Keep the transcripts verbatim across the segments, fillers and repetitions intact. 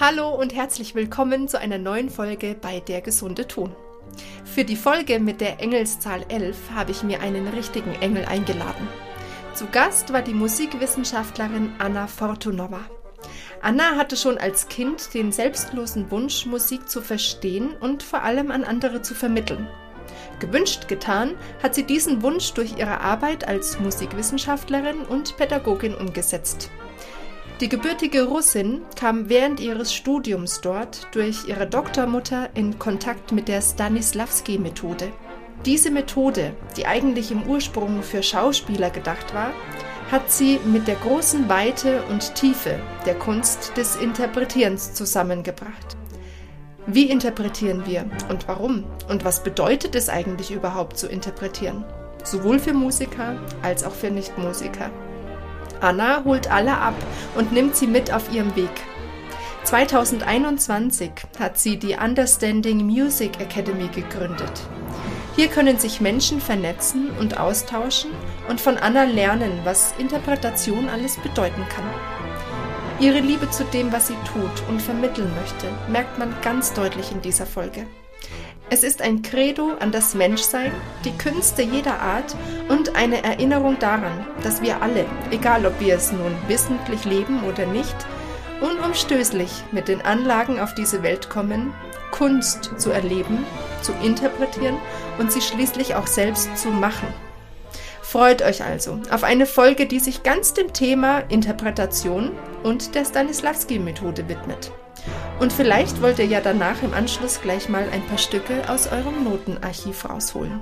Hallo und herzlich willkommen zu einer neuen Folge bei Der gesunde Ton. Für die Folge mit der Engelszahl elf habe ich mir einen richtigen Engel eingeladen. Zu Gast war die Musikwissenschaftlerin Anna Fortunova. Anna hatte schon als Kind den selbstlosen Wunsch, Musik zu verstehen und vor allem an andere zu vermitteln. Gewünscht getan hat sie diesen Wunsch durch ihre Arbeit als Musikwissenschaftlerin und Pädagogin umgesetzt. Die gebürtige Russin kam während ihres Studiums dort durch ihre Doktormutter in Kontakt mit der Stanislavski-Methode. Diese Methode, die eigentlich im Ursprung für Schauspieler gedacht war, hat sie mit der großen Weite und Tiefe der Kunst des Interpretierens zusammengebracht. Wie interpretieren wir und warum? Und was bedeutet es eigentlich überhaupt zu interpretieren? Sowohl für Musiker als auch für Nichtmusiker. Anna holt alle ab und nimmt sie mit auf ihrem Weg. zweitausendeinundzwanzig hat sie die Understanding Music Academy gegründet. Hier können sich Menschen vernetzen und austauschen und von Anna lernen, was Interpretation alles bedeuten kann. Ihre Liebe zu dem, was sie tut und vermitteln möchte, merkt man ganz deutlich in dieser Folge. Es ist ein Credo an das Menschsein, die Künste jeder Art und eine Erinnerung daran, dass wir alle, egal ob wir es nun wissentlich leben oder nicht, unumstößlich mit den Anlagen auf diese Welt kommen, Kunst zu erleben, zu interpretieren und sie schließlich auch selbst zu machen. Freut euch also auf eine Folge, die sich ganz dem Thema Interpretation und der Stanislavski-Methode widmet. Und vielleicht wollt ihr ja danach im Anschluss gleich mal ein paar Stücke aus eurem Notenarchiv rausholen.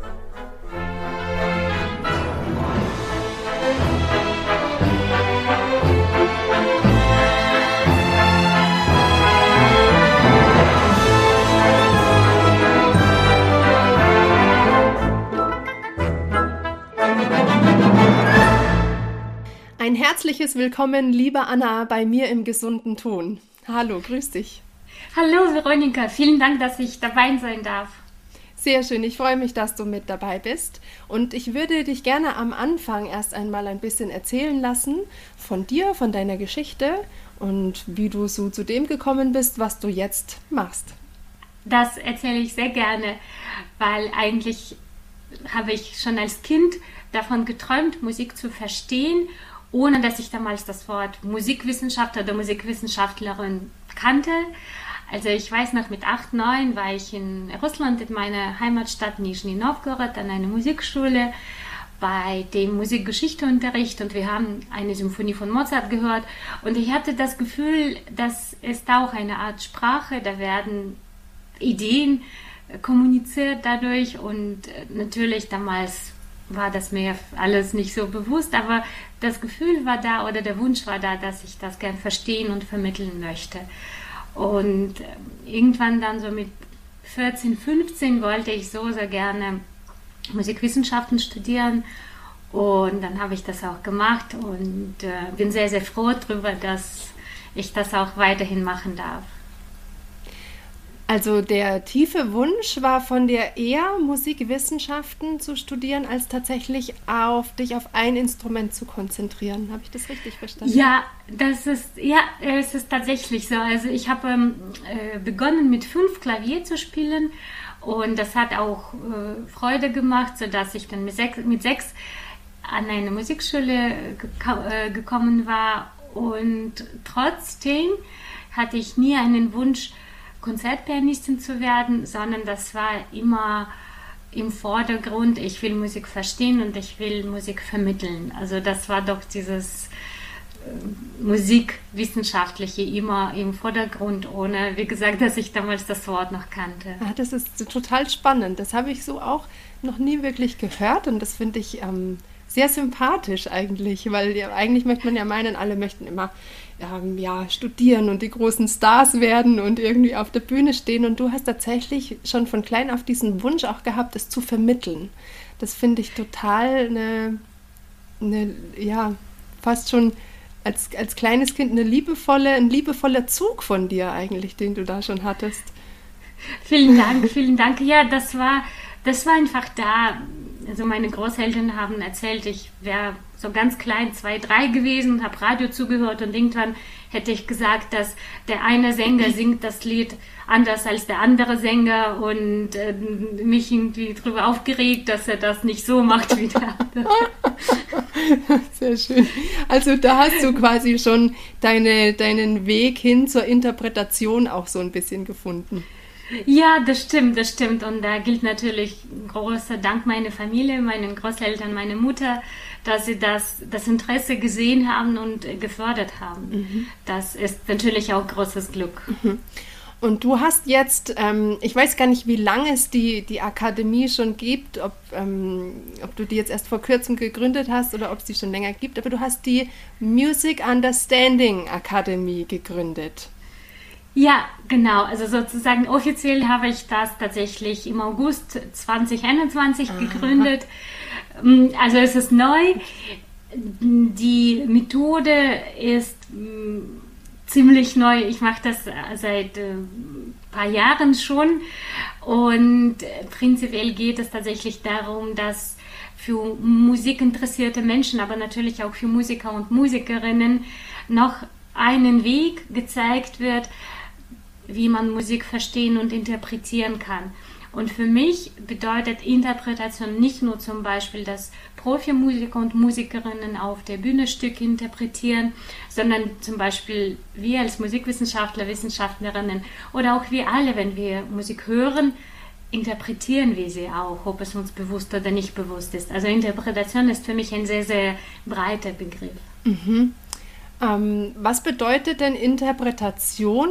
Ein herzliches Willkommen, liebe Anna, bei mir im gesunden Ton. Hallo, grüß dich. Hallo Veronika, vielen Dank, dass ich dabei sein darf. Sehr schön, ich freue mich, dass du mit dabei bist. Und ich würde dich gerne am Anfang erst einmal ein bisschen erzählen lassen von dir, von deiner Geschichte und wie du so zu dem gekommen bist, was du jetzt machst. Das erzähle ich sehr gerne, weil eigentlich habe ich schon als Kind davon geträumt, Musik zu verstehen, ohne dass ich damals das Wort Musikwissenschaftler oder Musikwissenschaftlerin kannte. Also ich weiß noch, mit acht, neun war ich in Russland, in meiner Heimatstadt Nischni Novgorod, an einer Musikschule bei dem Musikgeschichteunterricht und wir haben eine Symphonie von Mozart gehört und ich hatte das Gefühl, dass es da auch eine Art Sprache, da werden Ideen kommuniziert dadurch und natürlich damals war das mir alles nicht so bewusst, aber das Gefühl war da oder der Wunsch war da, dass ich das gern verstehen und vermitteln möchte. Und irgendwann dann so mit vierzehn, fünfzehn wollte ich so sehr gerne Musikwissenschaften studieren und dann habe ich das auch gemacht und äh, bin sehr, sehr froh darüber, dass ich das auch weiterhin machen darf. Also der tiefe Wunsch war von dir eher, Musikwissenschaften zu studieren, als tatsächlich auf dich auf ein Instrument zu konzentrieren. Habe ich das richtig verstanden? Ja, das ist, ja, es ist tatsächlich so. Also ich habe ähm, äh, begonnen mit fünf Klavier zu spielen und das hat auch äh, Freude gemacht, sodass ich dann mit sechs, mit sechs an eine Musikschule geko- äh, gekommen war und trotzdem hatte ich nie einen Wunsch, Konzertpianistin zu werden, sondern das war immer im Vordergrund, ich will Musik verstehen und ich will Musik vermitteln. Also das war doch dieses äh, Musikwissenschaftliche immer im Vordergrund, ohne, wie gesagt, dass ich damals das Wort noch kannte. Ah, das ist total spannend. Das habe ich so auch noch nie wirklich gehört und das finde ich ähm, sehr sympathisch eigentlich, weil ja, eigentlich möchte man ja meinen, alle möchten immer ähm, ja, studieren und die großen Stars werden und irgendwie auf der Bühne stehen und du hast tatsächlich schon von klein auf diesen Wunsch auch gehabt, es zu vermitteln. Das finde ich total eine, eine, ja, fast schon als, als kleines Kind eine liebevolle, ein liebevoller Zug von dir eigentlich, den du da schon hattest. Vielen Dank, vielen Dank. Ja, das war, das war einfach da. Also meine Großeltern haben erzählt, ich wäre so ganz klein, zwei, drei gewesen, habe Radio zugehört und irgendwann hätte ich gesagt, dass der eine Sänger singt das Lied anders als der andere Sänger und äh, mich irgendwie darüber aufgeregt, dass er das nicht so macht wie der andere. Sehr schön. Also da hast du quasi schon deine, deinen Weg hin zur Interpretation auch so ein bisschen gefunden. Ja, das stimmt, das stimmt. Und da gilt natürlich großer Dank meiner Familie, meinen Großeltern, meiner Mutter, dass sie das, das Interesse gesehen haben und gefördert haben. Mhm. Das ist natürlich auch großes Glück. Mhm. Und du hast jetzt, ähm, ich weiß gar nicht, wie lange es die, die Akademie schon gibt, ob, ähm, ob du die jetzt erst vor kurzem gegründet hast oder ob es die schon länger gibt, aber du hast die Music Understanding Akademie gegründet. Ja, genau. Also sozusagen offiziell habe ich das tatsächlich im August zwanzig einundzwanzig Aha. gegründet. Also es ist neu. Die Methode ist mh, ziemlich neu. Ich mache das seit ein äh, paar Jahren schon. Und prinzipiell geht es tatsächlich darum, dass für musikinteressierte Menschen, aber natürlich auch für Musiker und Musikerinnen noch einen Weg gezeigt wird, wie man Musik verstehen und interpretieren kann. Und für mich bedeutet Interpretation nicht nur zum Beispiel, dass Profimusiker und Musikerinnen auf der Bühne Stücke interpretieren, sondern zum Beispiel wir als Musikwissenschaftler, Wissenschaftlerinnen oder auch wir alle, wenn wir Musik hören, interpretieren wir sie auch, ob es uns bewusst oder nicht bewusst ist. Also Interpretation ist für mich ein sehr, sehr breiter Begriff. Mhm. Ähm, was bedeutet denn Interpretation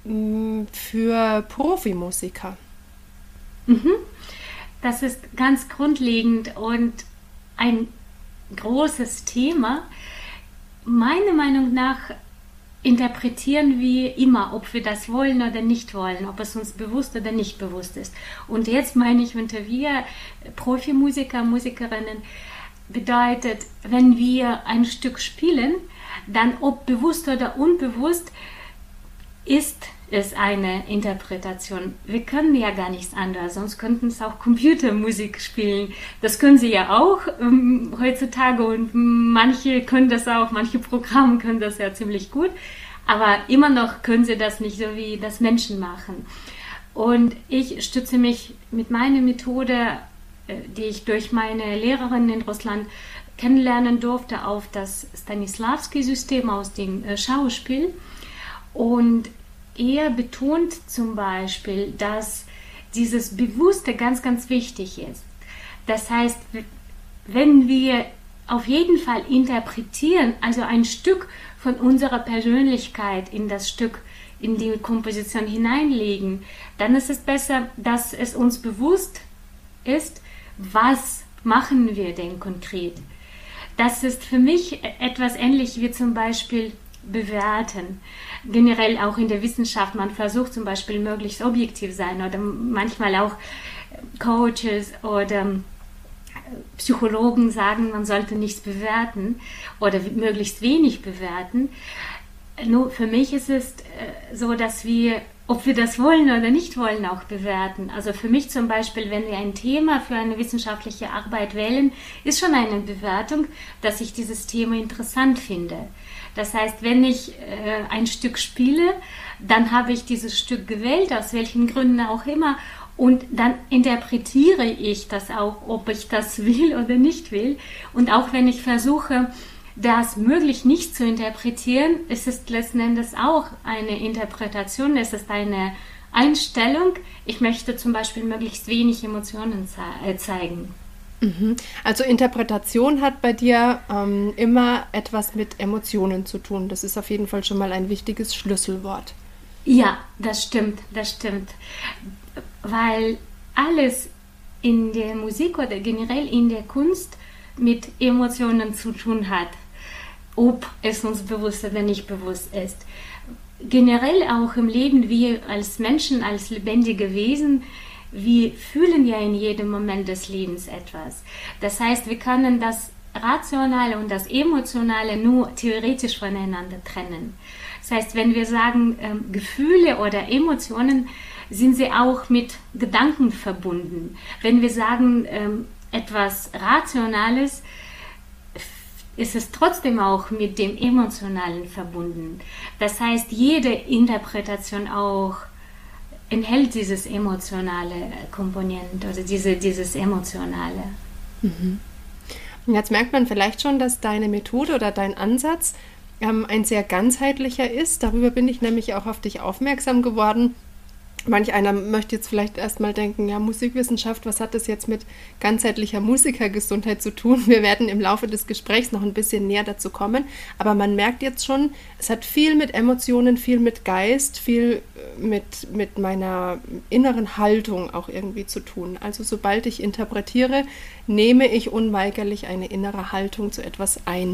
für Profimusiker? Mhm. Das ist ganz grundlegend und ein großes Thema. Meiner Meinung nach interpretieren wir immer, ob wir das wollen oder nicht wollen, ob es uns bewusst oder nicht bewusst ist. Und jetzt meine ich unter wir Profimusiker, Musikerinnen, bedeutet, wenn wir ein Stück spielen, dann ob bewusst oder unbewusst, ist es eine Interpretation. Wir können ja gar nichts anderes, sonst könnten es auch Computermusik spielen. Das können sie ja auch ähm, heutzutage und manche können das auch, manche Programme können das ja ziemlich gut, aber immer noch können sie das nicht so, wie das Menschen machen. Und ich stütze mich mit meiner Methode, die ich durch meine Lehrerin in Russland kennenlernen durfte, auf das Stanislavski-System aus dem Schauspiel. Und er betont zum Beispiel, dass dieses Bewusste ganz, ganz wichtig ist. Das heißt, wenn wir auf jeden Fall interpretieren, also ein Stück von unserer Persönlichkeit in das Stück, in die Komposition hineinlegen, dann ist es besser, dass es uns bewusst ist, was machen wir denn konkret. Das ist für mich etwas ähnlich wie zum Beispiel bewerten. Generell auch in der Wissenschaft, man versucht zum Beispiel möglichst objektiv sein oder manchmal auch Coaches oder Psychologen sagen, man sollte nichts bewerten oder möglichst wenig bewerten. Nur für mich ist es so, dass wir, ob wir das wollen oder nicht wollen, auch bewerten. Also für mich zum Beispiel, wenn wir ein Thema für eine wissenschaftliche Arbeit wählen, ist schon eine Bewertung, dass ich dieses Thema interessant finde. Das heißt, wenn ich äh, ein Stück spiele, dann habe ich dieses Stück gewählt, aus welchen Gründen auch immer, und dann interpretiere ich das auch, ob ich das will oder nicht will. Und auch wenn ich versuche, das möglich nicht zu interpretieren, ist es letzten Endes auch eine Interpretation, es ist eine Einstellung. Ich möchte zum Beispiel möglichst wenig Emotionen ze- äh, zeigen. Also Interpretation hat bei dir ähm, immer etwas mit Emotionen zu tun. Das ist auf jeden Fall schon mal ein wichtiges Schlüsselwort. Ja, das stimmt, das stimmt. Weil alles in der Musik oder generell in der Kunst mit Emotionen zu tun hat, ob es uns bewusst oder nicht bewusst ist. Generell auch im Leben, wir als Menschen, als lebendige Wesen, wir fühlen ja in jedem Moment des Lebens etwas. Das heißt, wir können das Rationale und das Emotionale nur theoretisch voneinander trennen. Das heißt, wenn wir sagen ähm, Gefühle oder Emotionen, sind sie auch mit Gedanken verbunden. Wenn wir sagen ähm, etwas Rationales, ist es trotzdem auch mit dem Emotionalen verbunden. Das heißt, jede Interpretation auch enthält dieses emotionale Komponent, also diese, dieses Emotionale. Mhm. Und jetzt merkt man vielleicht schon, dass deine Methode oder dein Ansatz ähm, ein sehr ganzheitlicher ist. Darüber bin ich nämlich auch auf dich aufmerksam geworden. Manch einer möchte jetzt vielleicht erstmal denken, ja, Musikwissenschaft, was hat das jetzt mit ganzheitlicher Musikergesundheit zu tun? Wir werden im Laufe des Gesprächs noch ein bisschen näher dazu kommen, aber man merkt jetzt schon, es hat viel mit Emotionen, viel mit Geist, viel mit, mit meiner inneren Haltung auch irgendwie zu tun. Also sobald ich interpretiere, nehme ich unweigerlich eine innere Haltung zu etwas ein.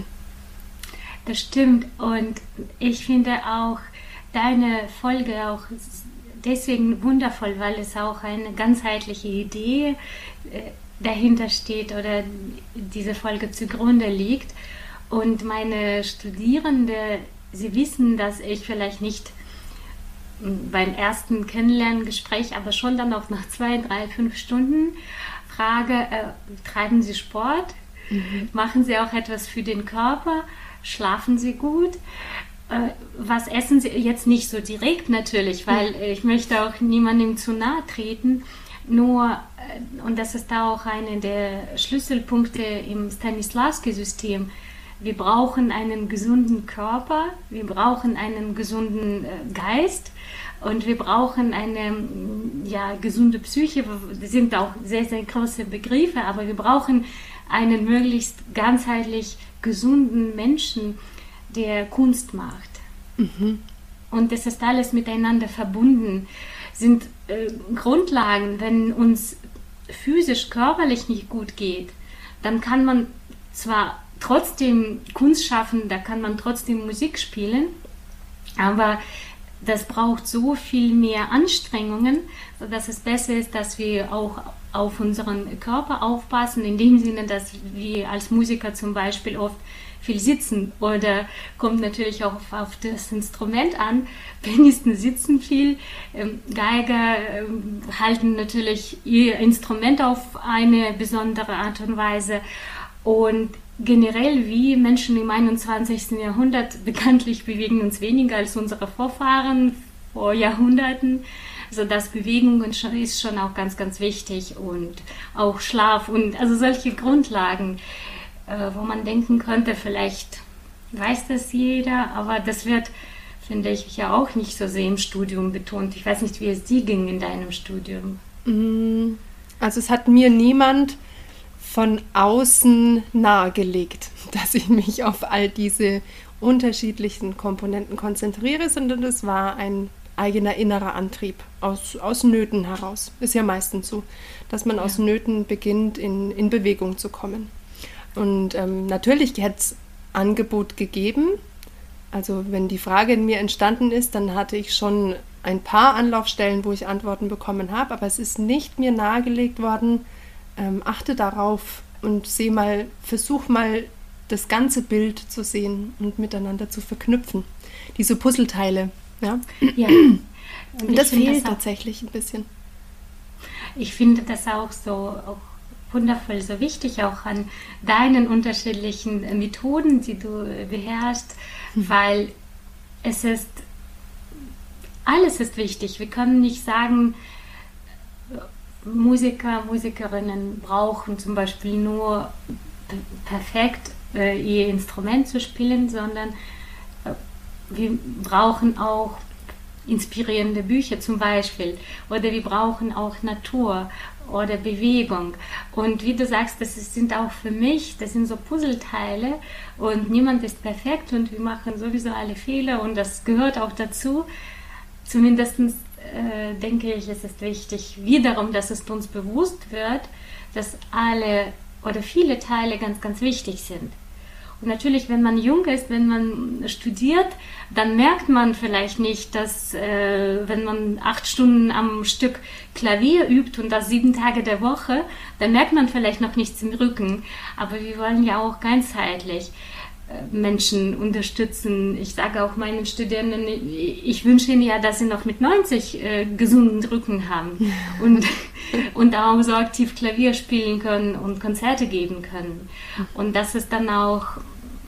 Das stimmt, und ich finde auch deine Folge auch deswegen wundervoll, weil es auch eine ganzheitliche Idee äh, dahinter steht oder diese Folge zugrunde liegt. Und meine Studierende, sie wissen, dass ich vielleicht nicht beim ersten Kennenlerngespräch, aber schon dann auch nach zwei, drei, fünf Stunden frage, äh, treiben Sie Sport? Mhm. Machen Sie auch etwas für den Körper? Schlafen Sie gut? Was essen Sie jetzt nicht so direkt natürlich, weil ich möchte auch niemandem zu nahe treten, nur, und das ist auch einer der Schlüsselpunkte im Stanislavski-System, wir brauchen einen gesunden Körper, wir brauchen einen gesunden Geist und wir brauchen eine ja, gesunde Psyche, das sind auch sehr, sehr große Begriffe, aber wir brauchen einen möglichst ganzheitlich gesunden Menschen, der Kunst macht. Mhm. Und das ist alles miteinander verbunden, sind äh, Grundlagen. Wenn uns physisch, körperlich nicht gut geht, dann kann man zwar trotzdem Kunst schaffen, da kann man trotzdem Musik spielen, aber das braucht so viel mehr Anstrengungen, sodass es besser ist, dass wir auch auf unseren Körper aufpassen, in dem Sinne, dass wir als Musiker zum Beispiel oft viel sitzen, oder kommt natürlich auch auf, auf das Instrument an. Pianisten sitzen viel, ähm, Geiger ähm, halten natürlich ihr Instrument auf eine besondere Art und Weise, und generell wie Menschen im einundzwanzigsten Jahrhundert bekanntlich bewegen uns weniger als unsere Vorfahren vor Jahrhunderten. Also das Bewegung ist schon auch ganz, ganz wichtig, und auch Schlaf und also solche Grundlagen, äh, wo man denken könnte, vielleicht weiß das jeder, aber das wird, finde ich, ja auch nicht so sehr im Studium betont. Ich weiß nicht, wie es dir ging in deinem Studium. Also es hat mir niemand von außen nahegelegt, dass ich mich auf all diese unterschiedlichen Komponenten konzentriere, sondern es war ein eigener innerer Antrieb aus, aus Nöten heraus. Ist ja meistens so, dass man ja. aus Nöten beginnt, in, in Bewegung zu kommen. Und ähm, natürlich hat es Angebot gegeben. Also wenn die Frage in mir entstanden ist, dann hatte ich schon ein paar Anlaufstellen, wo ich Antworten bekommen habe, aber es ist nicht mir nahegelegt worden, ähm, achte darauf und seh mal, versuch mal das ganze Bild zu sehen und miteinander zu verknüpfen. Diese Puzzleteile. Ja, ja. Und, und das fehlt das auch, tatsächlich ein bisschen. Ich finde das auch so auch wundervoll, so wichtig auch an deinen unterschiedlichen Methoden, die du beherrschst, hm. weil es ist, alles ist wichtig. Wir können nicht sagen, Musiker, Musikerinnen brauchen zum Beispiel nur perfekt äh, ihr Instrument zu spielen, sondern wir brauchen auch inspirierende Bücher zum Beispiel, oder wir brauchen auch Natur oder Bewegung. Und wie du sagst, das sind auch für mich, das sind so Puzzleteile, und niemand ist perfekt und wir machen sowieso alle Fehler und das gehört auch dazu. Zumindest äh, denke ich, es ist wichtig wiederum, dass es uns bewusst wird, dass alle oder viele Teile ganz, ganz wichtig sind. Und natürlich, wenn man jung ist, wenn man studiert, dann merkt man vielleicht nicht, dass äh, wenn man acht Stunden am Stück Klavier übt und das sieben Tage der Woche, dann merkt man vielleicht noch nichts im Rücken. Aber wir wollen ja auch ganzheitlich äh, Menschen unterstützen. Ich sage auch meinen Studierenden, ich wünsche ihnen ja, dass sie noch mit neunzig äh, gesunden Rücken haben und, und auch so aktiv Klavier spielen können und Konzerte geben können. Und das ist dann auch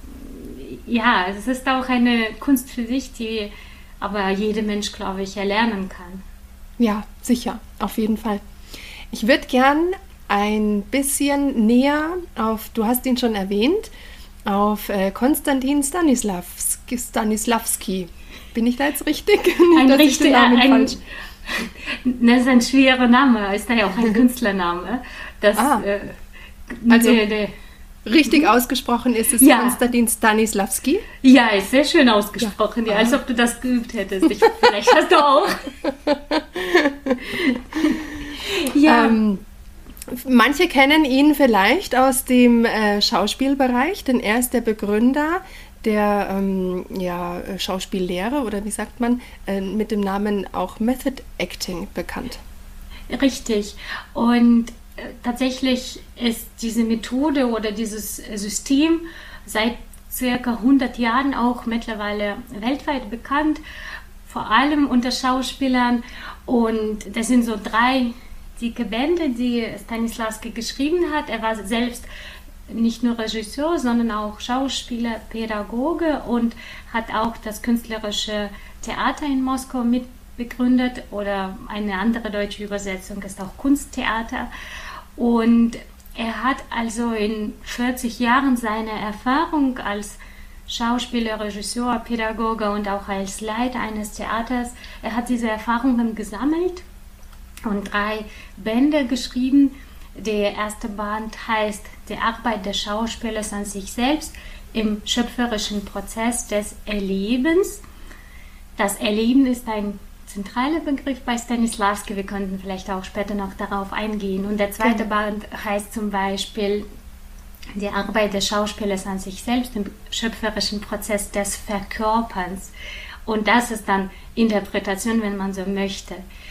ja, es ist auch eine Kunst für sich, die aber jeder Mensch, glaube ich, erlernen kann. Ja, sicher, auf jeden Fall. Ich würde gern ein bisschen näher auf, du hast ihn schon erwähnt, auf äh, Konstantin Stanislavski, Stanislavski. Bin ich da jetzt richtig? Ein richtiger, ein, das ist ein schwerer Name, ist ja auch ein Künstlername. Das, ah, äh, also der, der, richtig mhm. ausgesprochen ist es ja. Konstantin Stanislavski? Ja, ist sehr schön ausgesprochen, ja. Ja, als ob du das geübt hättest. Ich, vielleicht hast du auch. ja. Ähm, manche kennen ihn vielleicht aus dem äh, Schauspielbereich, denn er ist der Begründer der ähm, ja, Schauspiellehre oder wie sagt man, äh, mit dem Namen auch Method Acting bekannt. Richtig. Und äh, tatsächlich ist diese Methode oder dieses System seit circa hundert Jahren auch mittlerweile weltweit bekannt, vor allem unter Schauspielern. Und das sind so drei dicke Bände, die Stanislavski geschrieben hat. Er war selbst nicht nur Regisseur, sondern auch Schauspieler, Pädagoge und hat auch das künstlerische Theater in Moskau mitbegründet, oder eine andere deutsche Übersetzung ist auch Kunsttheater. Und er hat also in vierzig Jahren seine Erfahrung als Schauspieler, Regisseur, Pädagoge und auch als Leiter eines Theaters, er hat diese Erfahrungen gesammelt und drei Bände geschrieben. Der erste Band heißt Die Arbeit des Schauspielers an sich selbst im schöpferischen Prozess des Erlebens. Das Erleben ist ein zentraler Begriff bei Stanislavski. Wir könnten vielleicht auch später noch darauf eingehen. Und der zweite mhm. Band heißt zum Beispiel Die Arbeit des Schauspielers an sich selbst im schöpferischen Prozess des Verkörperns. Und das ist dann Interpretation, wenn man so möchte.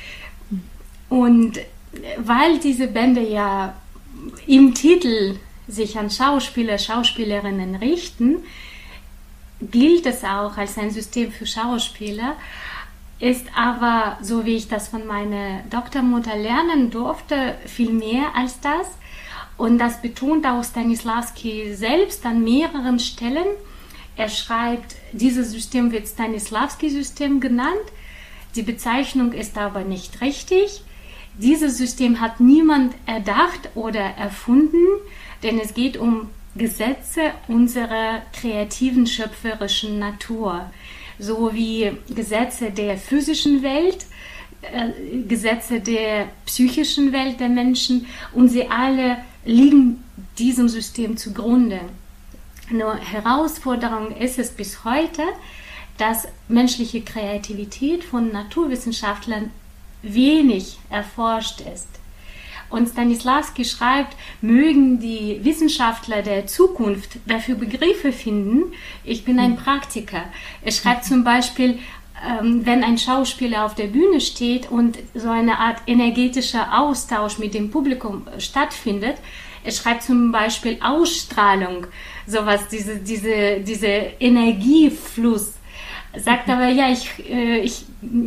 Und weil diese Bände ja im Titel sich an Schauspieler, Schauspielerinnen richten, gilt es auch als ein System für Schauspieler, ist aber, so wie ich das von meiner Doktormutter lernen durfte, viel mehr als das. Und das betont auch Stanislavski selbst an mehreren Stellen. Er schreibt, dieses System wird Stanislavski-System genannt. Die Bezeichnung ist aber nicht richtig. Dieses System hat niemand erdacht oder erfunden, denn es geht um Gesetze unserer kreativen, schöpferischen Natur, sowie Gesetze der physischen Welt, äh, Gesetze der psychischen Welt der Menschen, und sie alle liegen diesem System zugrunde. Nur Herausforderung ist es bis heute, dass menschliche Kreativität von Naturwissenschaftlern wenig erforscht ist. Und Stanislavski schreibt, mögen die Wissenschaftler der Zukunft dafür Begriffe finden. Ich bin ein Praktiker. Er schreibt zum Beispiel, ähm, wenn ein Schauspieler auf der Bühne steht und so eine Art energetischer Austausch mit dem Publikum stattfindet. Er schreibt zum Beispiel Ausstrahlung, sowas, diese, diese, diese Energiefluss. Sagt aber, ja, ich, äh, ich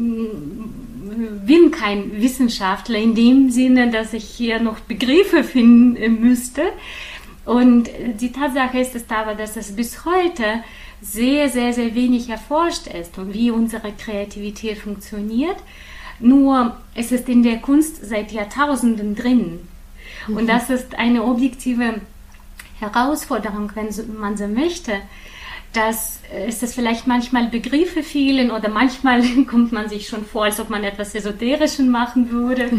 bin kein Wissenschaftler in dem Sinne, dass ich hier noch Begriffe finden müsste. Und die Tatsache ist es aber, dass es bis heute sehr, sehr, sehr wenig erforscht ist und wie unsere Kreativität funktioniert. Nur es ist in der Kunst seit Jahrtausenden drin. Mhm. Und das ist eine objektive Herausforderung, wenn man so möchte. Dass ist es vielleicht manchmal Begriffe fehlen oder manchmal kommt man sich schon vor, als ob man etwas Esoterisches machen würde.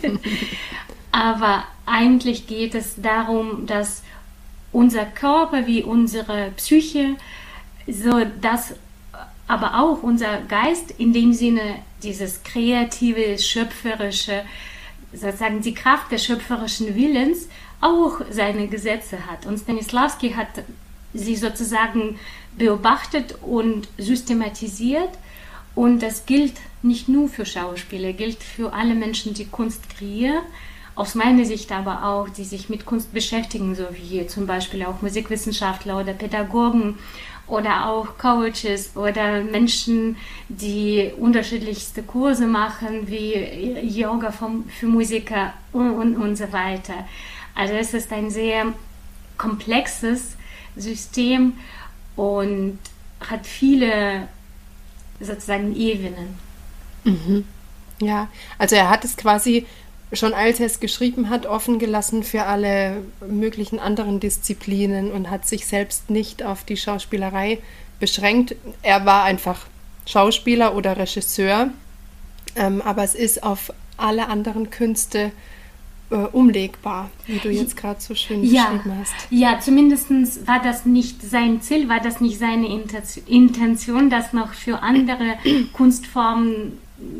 Aber eigentlich geht es darum, dass unser Körper wie unsere Psyche, so dass aber auch unser Geist, in dem Sinne dieses kreative, schöpferische, sozusagen die Kraft des schöpferischen Willens, auch seine Gesetze hat. Und Stanislavski hat sie sozusagen beobachtet und systematisiert, und das gilt nicht nur für Schauspieler, gilt für alle Menschen, die Kunst kreieren, aus meiner Sicht aber auch, die sich mit Kunst beschäftigen, so wie zum Beispiel auch Musikwissenschaftler oder Pädagogen oder auch Coaches oder Menschen, die unterschiedlichste Kurse machen, wie Yoga für Musiker und, und, und so weiter. Also es ist ein sehr komplexes System, und hat viele sozusagen Ebenen. Mhm. Ja, also er hat es quasi schon, als er es geschrieben hat, offen gelassen für alle möglichen anderen Disziplinen und hat sich selbst nicht auf die Schauspielerei beschränkt. Er war einfach Schauspieler oder Regisseur, ähm, aber es ist auf alle anderen Künste äh, umlegbar, wie du jetzt gerade so schön ja, beschrieben hast. Ja, zumindest war das nicht sein Ziel, war das nicht seine Intention, das noch für andere Kunstformen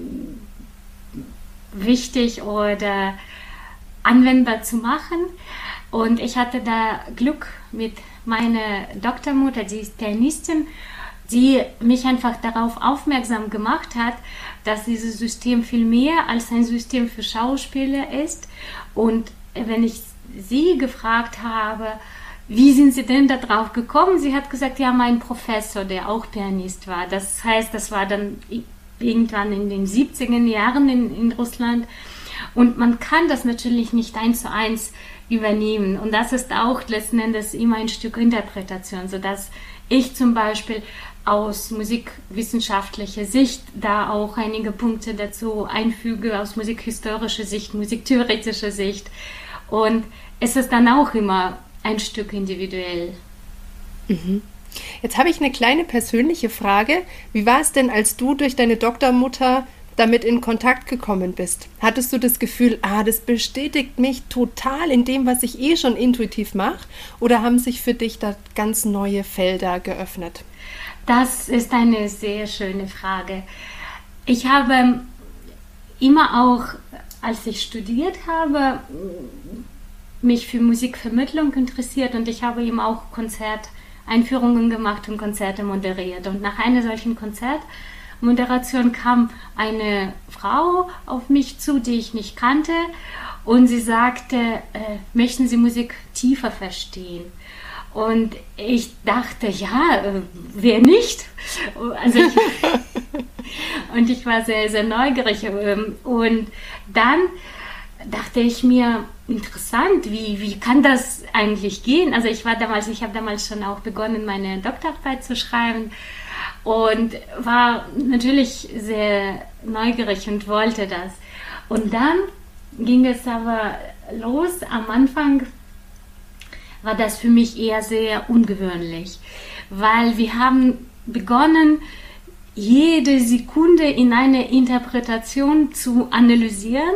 wichtig oder anwendbar zu machen. Und ich hatte da Glück mit meiner Doktormutter, die ist Pianistin, die mich einfach darauf aufmerksam gemacht hat, dass dieses System viel mehr als ein System für Schauspieler ist. Und wenn ich sie gefragt habe, wie sind Sie denn da drauf gekommen? Sie hat gesagt, ja, mein Professor, der auch Pianist war. Das heißt, das war dann irgendwann in den siebziger Jahren in, in Russland. Und man kann das natürlich nicht eins zu eins übernehmen. Und das ist auch letzten Endes immer ein Stück Interpretation, sodass ich zum Beispiel aus musikwissenschaftlicher Sicht da auch einige Punkte dazu einfüge, aus musikhistorischer Sicht, musiktheoretischer Sicht. Und es ist dann auch immer ein Stück individuell. Mhm. Jetzt habe ich eine kleine persönliche Frage. Wie war es denn, als du durch deine Doktormutter damit in Kontakt gekommen bist? Hattest du das Gefühl, ah, das bestätigt mich total in dem, was ich eh schon intuitiv mache? Oder haben sich für dich da ganz neue Felder geöffnet? Das ist eine sehr schöne Frage. Ich habe immer auch, als ich studiert habe, mich für Musikvermittlung interessiert und ich habe eben auch Konzerteinführungen gemacht und Konzerte moderiert. Und nach einer solchen Konzertmoderation kam eine Frau auf mich zu, die ich nicht kannte, und sie sagte, äh, möchten Sie Musik tiefer verstehen? Und ich dachte, ja, äh, wer nicht? Also ich, und ich war sehr, sehr neugierig. Ähm, und dann dachte ich mir, interessant, wie, wie kann das eigentlich gehen? Also ich war damals, ich habe damals schon auch begonnen, meine Doktorarbeit zu schreiben und war natürlich sehr neugierig und wollte das. Und dann ging es aber los. Am Anfang war das für mich eher sehr ungewöhnlich, weil wir haben begonnen, jede Sekunde in einer Interpretation zu analysieren,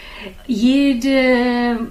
jede,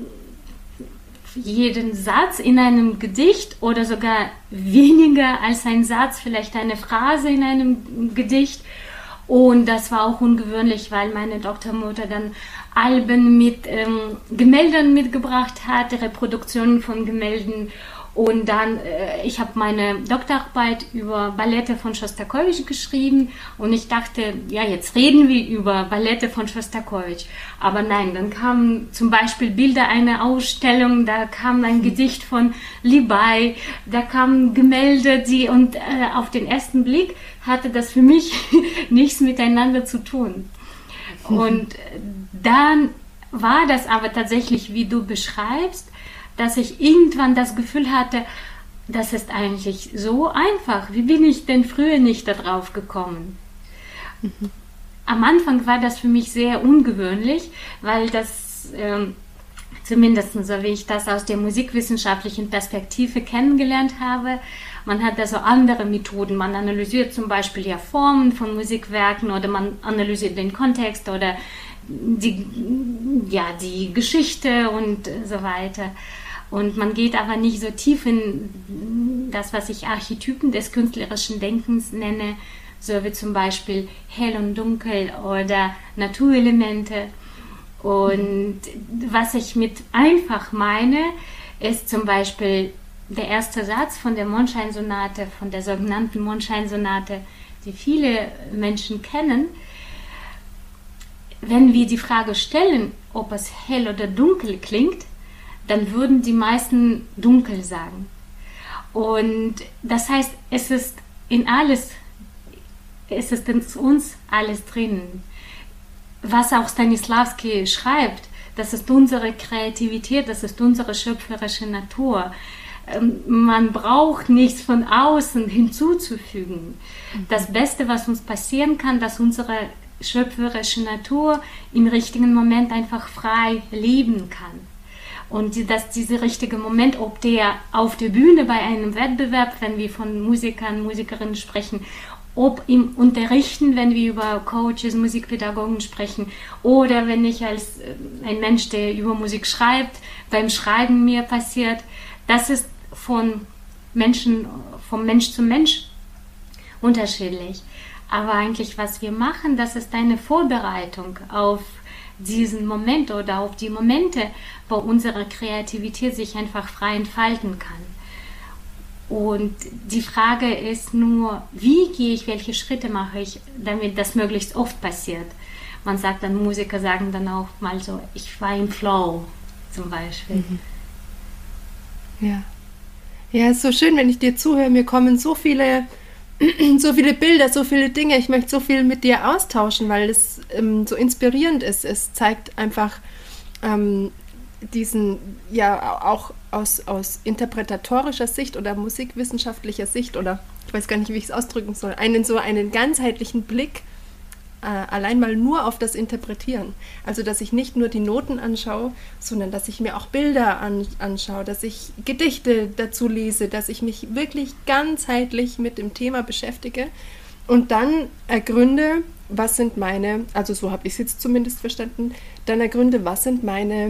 jeden Satz in einem Gedicht oder sogar weniger als ein Satz, vielleicht eine Phrase in einem Gedicht. Und das war auch ungewöhnlich, weil meine Doktormutter dann Alben mit ähm, Gemäldern mitgebracht hat, Reproduktionen von Gemälden. Und dann, äh, ich habe meine Doktorarbeit über Ballette von Schostakowitsch geschrieben und ich dachte, ja, jetzt reden wir über Ballette von Schostakowitsch. Aber nein, dann kamen zum Beispiel Bilder einer Ausstellung, da kam ein Gedicht von Libay, da kamen Gemälde, die, und äh, auf den ersten Blick hatte das für mich nichts miteinander zu tun. Und dann war das aber tatsächlich, wie du beschreibst, dass ich irgendwann das Gefühl hatte, das ist eigentlich so einfach. Wie bin ich denn früher nicht darauf gekommen? Mhm. Am Anfang war das für mich sehr ungewöhnlich, weil das, ähm, zumindest so wie ich das aus der musikwissenschaftlichen Perspektive kennengelernt habe, man hat also andere Methoden. Man analysiert zum Beispiel ja Formen von Musikwerken oder man analysiert den Kontext oder die, ja, die Geschichte und so weiter. Und man geht aber nicht so tief in das, was ich Archetypen des künstlerischen Denkens nenne, so wie zum Beispiel hell und dunkel oder Naturelemente. Und was ich mit einfach meine, ist zum Beispiel der erste Satz von der Mondscheinsonate, von der sogenannten Mondscheinsonate, die viele Menschen kennen. Wenn wir die Frage stellen, ob es hell oder dunkel klingt, dann würden die meisten dunkel sagen. Und das heißt, es ist in alles, es ist in uns alles drin. Was auch Stanislavski schreibt, das ist unsere Kreativität, das ist unsere schöpferische Natur. Man braucht nichts von außen hinzuzufügen. Das Beste, was uns passieren kann, dass unsere schöpferische Natur im richtigen Moment einfach frei leben kann. Und dass dieser richtige Moment, ob der auf der Bühne bei einem Wettbewerb, wenn wir von Musikern, Musikerinnen sprechen, ob im Unterrichten, wenn wir über Coaches, Musikpädagogen sprechen, oder wenn ich als ein Mensch, der über Musik schreibt, beim Schreiben mir passiert, das ist von Menschen, vom Mensch zu Mensch unterschiedlich. Aber eigentlich, was wir machen, das ist eine Vorbereitung auf diesen Moment oder auf die Momente, wo unsere Kreativität sich einfach frei entfalten kann. Und die Frage ist nur, wie gehe ich, welche Schritte mache ich, damit das möglichst oft passiert. Man sagt dann, Musiker sagen dann auch mal so, ich war im Flow zum Beispiel. Mhm. Ja. Ja, ist so schön, wenn ich dir zuhöre. Mir kommen so viele, so viele Bilder, so viele Dinge. Ich möchte so viel mit dir austauschen, weil es ähm, so inspirierend ist. Es zeigt einfach ähm, diesen, ja, auch aus, aus interpretatorischer Sicht oder musikwissenschaftlicher Sicht oder ich weiß gar nicht, wie ich es ausdrücken soll, einen so einen ganzheitlichen Blick äh, allein mal nur auf das Interpretieren. Also, dass ich nicht nur die Noten anschaue, sondern dass ich mir auch Bilder an, anschaue, dass ich Gedichte dazu lese, dass ich mich wirklich ganzheitlich mit dem Thema beschäftige und dann ergründe, was sind meine, also so habe ich es jetzt zumindest verstanden, dann ergründe, was sind meine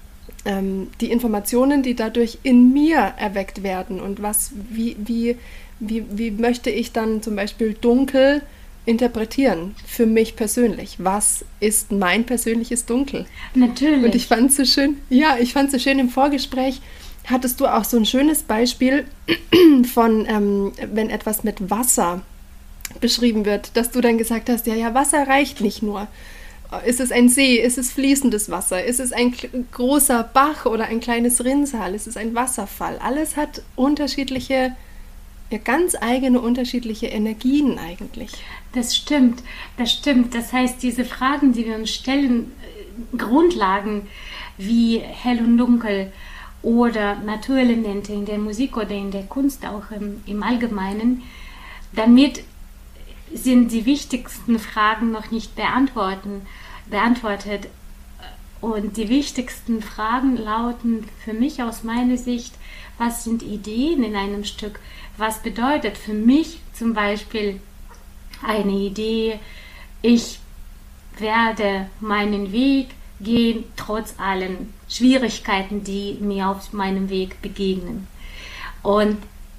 die Informationen, die dadurch in mir erweckt werden und was, wie, wie, wie, wie möchte ich dann zum Beispiel dunkel interpretieren für mich persönlich? Was ist mein persönliches Dunkel? Natürlich. Und ich fand es so schön, ja, ich fand es so schön im Vorgespräch, hattest du auch so ein schönes Beispiel von, ähm, wenn etwas mit Wasser beschrieben wird, dass du dann gesagt hast, ja, ja, Wasser reicht nicht nur. Ist es ein See? Ist es fließendes Wasser? Ist es ein großer Bach oder ein kleines Rinnsal? Ist es ein Wasserfall? Alles hat unterschiedliche, ja, ganz eigene unterschiedliche Energien eigentlich. Das stimmt, das stimmt. Das heißt, diese Fragen, die wir uns stellen, Grundlagen wie hell und dunkel oder Naturelemente in der Musik oder in der Kunst auch im, im Allgemeinen, damit sind die wichtigsten Fragen noch nicht beantworten, beantwortet. Und die wichtigsten Fragen lauten für mich aus meiner Sicht, was sind Ideen in einem Stück? Was bedeutet für mich zum Beispiel eine Idee, ich werde meinen Weg gehen, trotz allen Schwierigkeiten, die mir auf meinem Weg begegnen. Und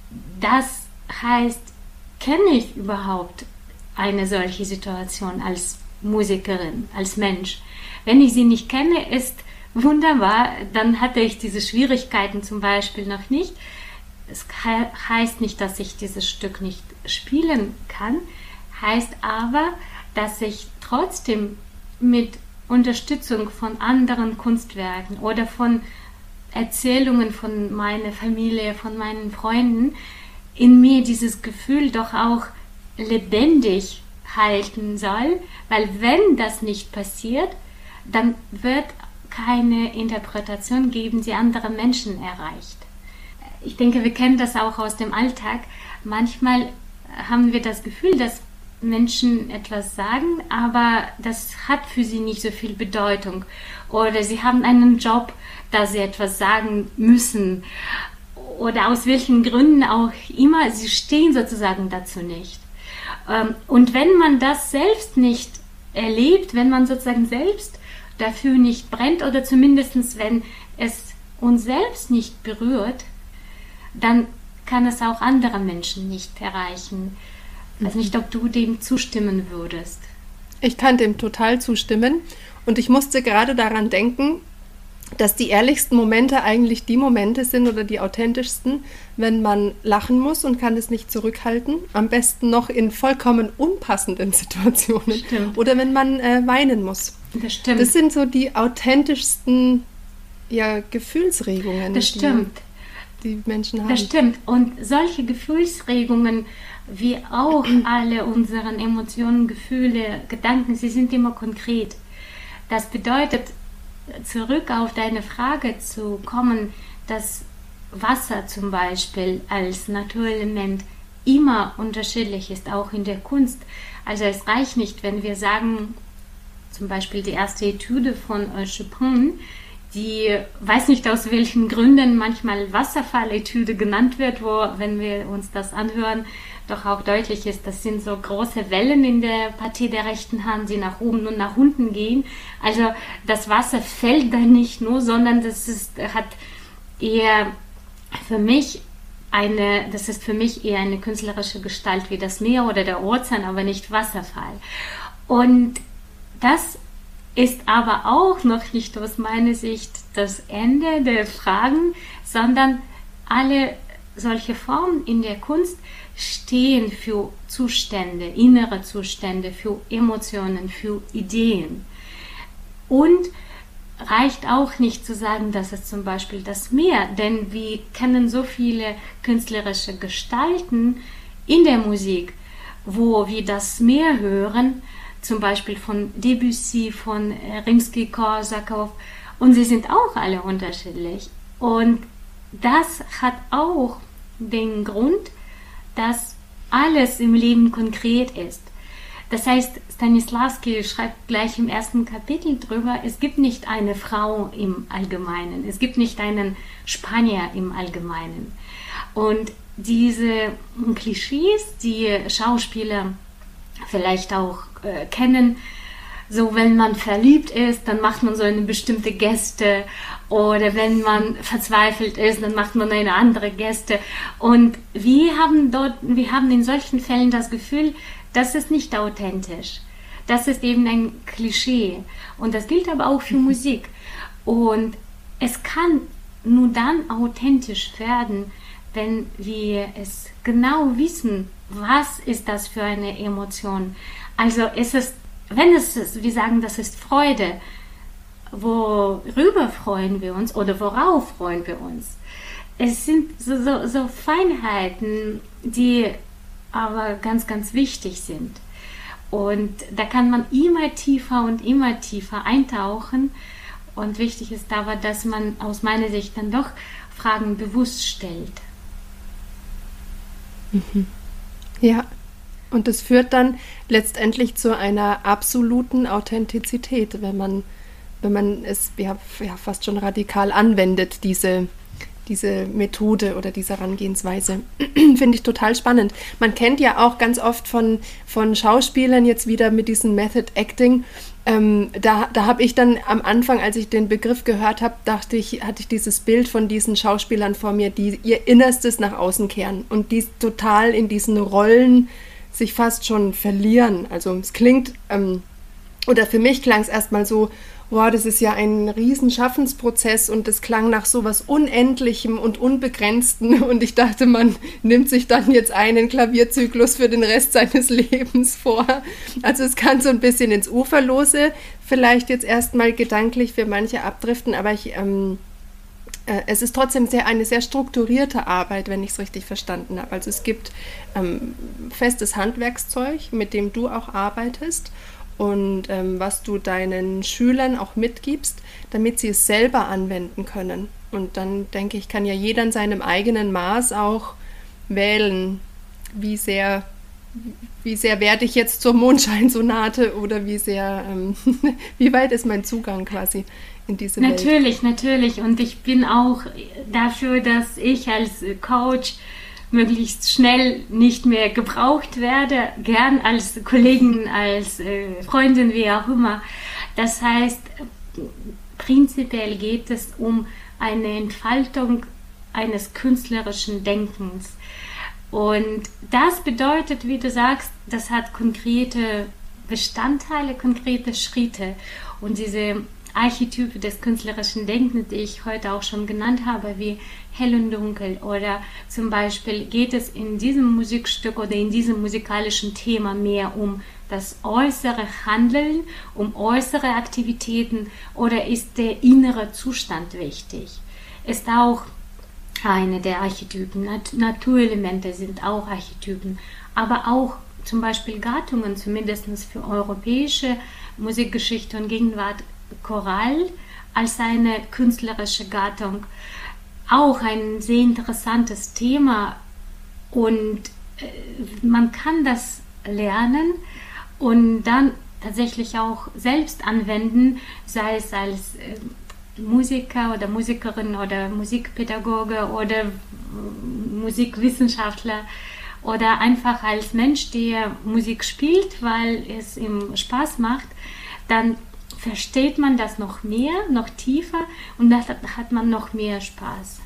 das heißt, kenne ich überhaupt eine solche Situation als Musikerin, als Mensch? Wenn ich sie nicht kenne, ist wunderbar, dann hatte ich diese Schwierigkeiten zum Beispiel noch nicht. Es heißt nicht, dass ich dieses Stück nicht spielen kann, heißt aber, dass ich trotzdem mit Unterstützung von anderen Kunstwerken oder von Erzählungen von meiner Familie, von meinen Freunden, in mir dieses Gefühl doch auch lebendig halten soll, weil wenn das nicht passiert, dann wird keine Interpretation geben, die andere Menschen erreicht. Ich denke, wir kennen das auch aus dem Alltag. Manchmal haben wir das Gefühl, dass Menschen etwas sagen, aber das hat für sie nicht so viel Bedeutung. Oder sie haben einen Job, da sie etwas sagen müssen. Oder aus welchen Gründen auch immer, sie stehen sozusagen dazu nicht. Und wenn man das selbst nicht erlebt, wenn man sozusagen selbst dafür nicht brennt oder zumindest wenn es uns selbst nicht berührt, dann kann es auch andere Menschen nicht erreichen. Ich weiß nicht, ob du dem zustimmen würdest. Ich kann dem total zustimmen und ich musste gerade daran denken, dass die ehrlichsten Momente eigentlich die Momente sind oder die authentischsten, wenn man lachen muss und kann es nicht zurückhalten. Am besten noch in vollkommen unpassenden Situationen. Stimmt. Oder wenn man äh, weinen muss. Das stimmt. Das sind so die authentischsten, ja, Gefühlsregungen, das stimmt. Die, die Menschen haben. Das stimmt. Und solche Gefühlsregungen, wie auch alle unsere Emotionen, Gefühle, Gedanken, sie sind immer konkret. Das bedeutet, zurück auf deine Frage zu kommen, dass Wasser zum Beispiel als Naturelement immer unterschiedlich ist, auch in der Kunst. Also es reicht nicht, wenn wir sagen, zum Beispiel die erste Etüde von Chopin, die, weiß nicht aus welchen Gründen, manchmal Wasserfall-Etüde genannt wird, wo, wenn wir uns das anhören, doch auch deutlich ist, das sind so große Wellen in der Partie der rechten Hand, die nach oben und nach unten gehen. Also das Wasser fällt da nicht nur, sondern das ist, hat eher für mich eine, das ist für mich eher eine künstlerische Gestalt wie das Meer oder der Ozean, aber nicht Wasserfall. Und das ist aber auch noch nicht aus meiner Sicht das Ende der Fragen, sondern alle solche Formen in der Kunst stehen für Zustände, innere Zustände, für Emotionen, für Ideen. Und reicht auch nicht zu sagen, dass es zum Beispiel das Meer, denn wir kennen so viele künstlerische Gestalten in der Musik, wo wir das Meer hören, zum Beispiel von Debussy, von Rimsky-Korsakow, und sie sind auch alle unterschiedlich. Und das hat auch den Grund, dass alles im Leben konkret ist. Das heißt, Stanislavski schreibt gleich im ersten Kapitel drüber, es gibt nicht eine Frau im Allgemeinen, es gibt nicht einen Spanier im Allgemeinen. Und diese Klischees, die Schauspieler vielleicht auch äh, kennen, so wenn man verliebt ist, dann macht man so eine bestimmte Geste, oder wenn man verzweifelt ist, dann macht man eine andere Geste. Und wir haben dort, wir haben in solchen Fällen das Gefühl, das ist nicht authentisch. Das ist eben ein Klischee. Und das gilt aber auch für Musik. Und es kann nur dann authentisch werden, wenn wir es genau wissen, was ist das für eine Emotion. Also es ist, wenn es ist, wir sagen, das ist Freude, worüber freuen wir uns oder worauf freuen wir uns? Es sind so, so, so Feinheiten, die aber ganz, ganz wichtig sind. Und da kann man immer tiefer und immer tiefer eintauchen. Und wichtig ist aber, dass man aus meiner Sicht dann doch Fragen bewusst stellt. Mhm. Ja, und das führt dann letztendlich zu einer absoluten Authentizität, wenn man, wenn man es ja, ja, fast schon radikal anwendet, diese diese Methode oder diese Herangehensweise. Finde ich total spannend. Man kennt ja auch ganz oft von, von Schauspielern jetzt wieder mit diesem Method Acting. Ähm, da da habe ich dann am Anfang, als ich den Begriff gehört habe, dachte ich, hatte ich dieses Bild von diesen Schauspielern vor mir, die ihr Innerstes nach außen kehren und die total in diesen Rollen sich fast schon verlieren. Also es klingt, ähm, oder für mich klang es erstmal so, wow, das ist ja ein riesen Schaffensprozess und das klang nach so was Unendlichem und Unbegrenzten und ich dachte, man nimmt sich dann jetzt einen Klavierzyklus für den Rest seines Lebens vor. Also es kann so ein bisschen ins Uferlose vielleicht jetzt erstmal gedanklich für manche abdriften, aber ich, ähm, äh, es ist trotzdem sehr, eine sehr strukturierte Arbeit, wenn ich es richtig verstanden habe. Also es gibt ähm, festes Handwerkszeug, mit dem du auch arbeitest, und ähm, was du deinen Schülern auch mitgibst, damit sie es selber anwenden können. Und dann denke ich, kann ja jeder in seinem eigenen Maß auch wählen, wie sehr, wie sehr werde ich jetzt zur Mondscheinsonate oder wie sehr, ähm, wie weit ist mein Zugang quasi in diese Welt? Natürlich, natürlich. Und ich bin auch dafür, dass ich als Coach möglichst schnell nicht mehr gebraucht werde, gern als Kollegin, als äh, Freundin, wie auch immer. Das heißt, prinzipiell geht es um eine Entfaltung eines künstlerischen Denkens. Und das bedeutet, wie du sagst, das hat konkrete Bestandteile, konkrete Schritte. Und diese Archetype des künstlerischen Denkens, die ich heute auch schon genannt habe, wie hell und dunkel, oder zum Beispiel geht es in diesem Musikstück oder in diesem musikalischen Thema mehr um das äußere Handeln, um äußere Aktivitäten, oder ist der innere Zustand wichtig? Ist auch eine der Archetypen. Nat- Naturelemente sind auch Archetypen, aber auch zum Beispiel Gattungen, zumindest für europäische Musikgeschichte und Gegenwart, Choral als eine künstlerische Gattung, auch ein sehr interessantes Thema und äh, man kann das lernen und dann tatsächlich auch selbst anwenden, sei es als äh, Musiker oder Musikerin oder Musikpädagoge oder äh, Musikwissenschaftler oder einfach als Mensch, der Musik spielt, weil es ihm Spaß macht, dann versteht man das noch mehr, noch tiefer und dann hat man noch mehr Spaß.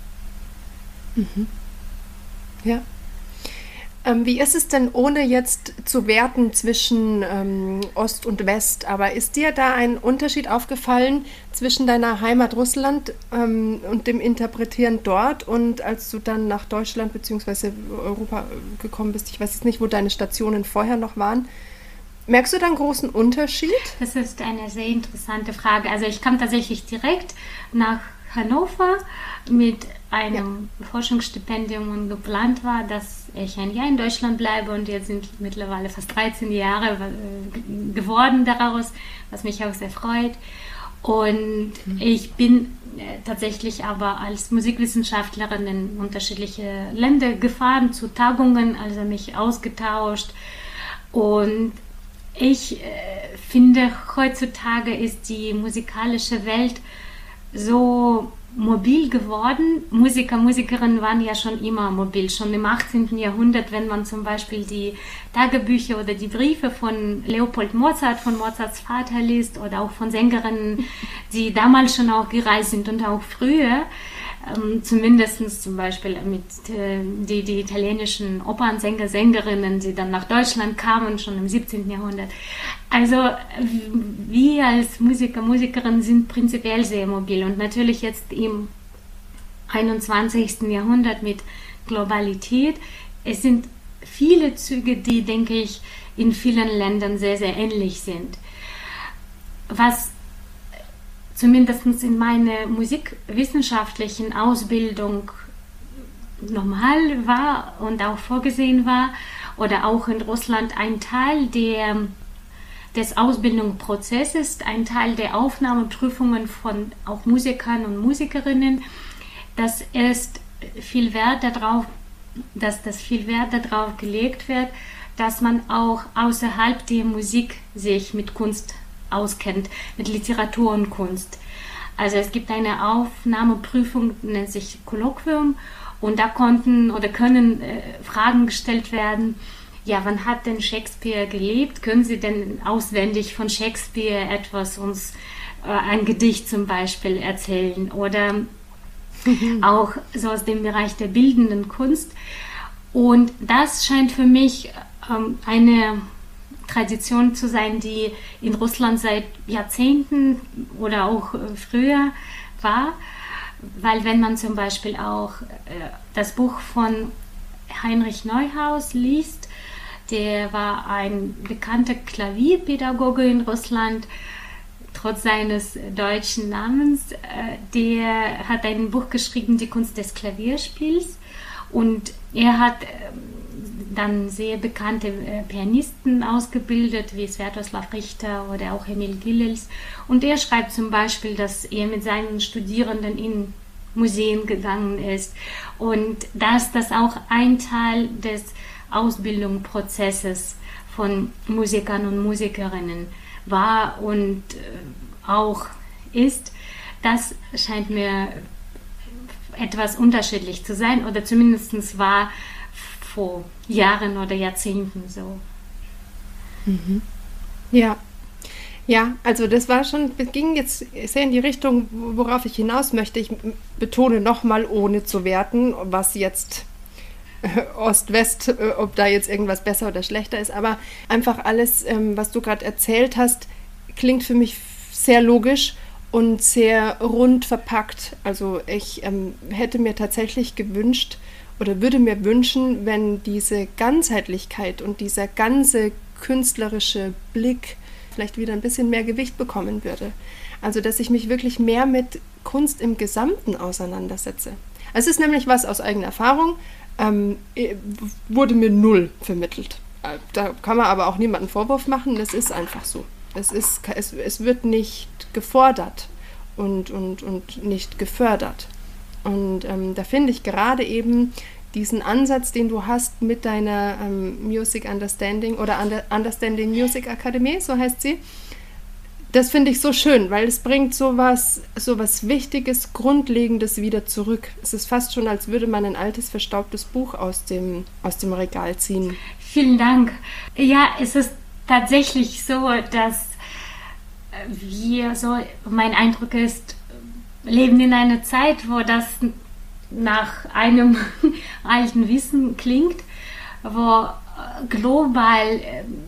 Mhm. Ja. Ähm, wie ist es denn, ohne jetzt zu werten zwischen ähm, Ost und West, aber ist dir da ein Unterschied aufgefallen zwischen deiner Heimat Russland ähm, und dem Interpretieren dort und als du dann nach Deutschland bzw. Europa gekommen bist? Ich weiß jetzt nicht, wo deine Stationen vorher noch waren. Merkst du da einen großen Unterschied? Das ist eine sehr interessante Frage. Also ich kam tatsächlich direkt nach Hannover mit einem ja. Forschungsstipendium und geplant war, dass ich ein Jahr in Deutschland bleibe und jetzt sind mittlerweile fast dreizehn Jahre geworden daraus, was mich auch sehr freut. Und mhm. ich bin tatsächlich aber als Musikwissenschaftlerin in unterschiedliche Länder gefahren, zu Tagungen, also mich ausgetauscht und ich äh, finde, heutzutage ist die musikalische Welt so mobil geworden. Musiker, Musikerinnen waren ja schon immer mobil, schon im achtzehnten Jahrhundert, wenn man zum Beispiel die Tagebücher oder die Briefe von Leopold Mozart, von Mozarts Vater liest oder auch von Sängerinnen, die damals schon auch gereist sind und auch früher. Ähm, zumindest zum Beispiel mit äh, die, die italienischen Opernsänger, Sängerinnen, die dann nach Deutschland kamen, schon im siebzehnten Jahrhundert. Also wir als Musiker, Musikerinnen sind prinzipiell sehr mobil und natürlich jetzt im einundzwanzigsten Jahrhundert mit Globalität. Es sind viele Züge, die, denke ich, in vielen Ländern sehr, sehr ähnlich sind. Was zumindest in meiner musikwissenschaftlichen Ausbildung normal war und auch vorgesehen war oder auch in Russland ein Teil der, des Ausbildungsprozesses, ein Teil der Aufnahmeprüfungen von auch Musikern und Musikerinnen, dass ist viel Wert darauf, dass das viel Wert darauf gelegt wird, dass man auch außerhalb der Musik sich mit Kunst auskennt, mit Literatur und Kunst. Also es gibt eine Aufnahmeprüfung, nennt sich Kolloquium, und da konnten oder können äh, Fragen gestellt werden. Ja, wann hat denn Shakespeare gelebt? Können Sie denn auswendig von Shakespeare etwas uns, äh, ein Gedicht zum Beispiel erzählen? Oder mhm. auch so aus dem Bereich der bildenden Kunst. Und das scheint für mich ähm, eine Tradition zu sein, die in Russland seit Jahrzehnten oder auch früher war, weil wenn man zum Beispiel auch äh, das Buch von Heinrich Neuhaus liest, der war ein bekannter Klavierpädagoge in Russland, trotz seines deutschen Namens, äh, der hat ein Buch geschrieben, Die Kunst des Klavierspiels, und er hat äh, dann sehr bekannte äh, Pianisten ausgebildet, wie Sviatoslav Richter oder auch Emil Gilels. Und er schreibt zum Beispiel, dass er mit seinen Studierenden in Museen gegangen ist und dass das auch ein Teil des Ausbildungsprozesses von Musikern und Musikerinnen war und äh, auch ist. Das scheint mir etwas unterschiedlich zu sein, oder zumindest war vor Jahren oder Jahrzehnten so. Mhm. Ja, ja, also das war schon, ging jetzt sehr in die Richtung, worauf ich hinaus möchte. Ich betone nochmal, ohne zu werten, was jetzt Ost-West, ob da jetzt irgendwas besser oder schlechter ist, aber einfach alles, was du gerade erzählt hast, klingt für mich sehr logisch und sehr rund verpackt. Also ich ähm, hätte mir tatsächlich gewünscht oder würde mir wünschen, wenn diese Ganzheitlichkeit und dieser ganze künstlerische Blick vielleicht wieder ein bisschen mehr Gewicht bekommen würde. Also dass ich mich wirklich mehr mit Kunst im Gesamten auseinandersetze. Es ist nämlich was aus eigener Erfahrung, ähm, wurde mir null vermittelt. Da kann man aber auch niemanden Vorwurf machen, es ist einfach so. Es, ist, es, es wird nicht gefordert und, und, und nicht gefördert. Und ähm, da finde ich gerade eben diesen Ansatz, den du hast mit deiner ähm, Music Understanding oder Under- Understanding Music Akademie, so heißt sie, das finde ich so schön, weil es bringt sowas, sowas Wichtiges, Grundlegendes wieder zurück. Es ist fast schon, als würde man ein altes, verstaubtes Buch aus dem, aus dem Regal ziehen. Vielen Dank. Ja, es ist tatsächlich so, dass wir so, mein Eindruck ist, leben in einer Zeit, wo das nach einem alten Wissen klingt, wo global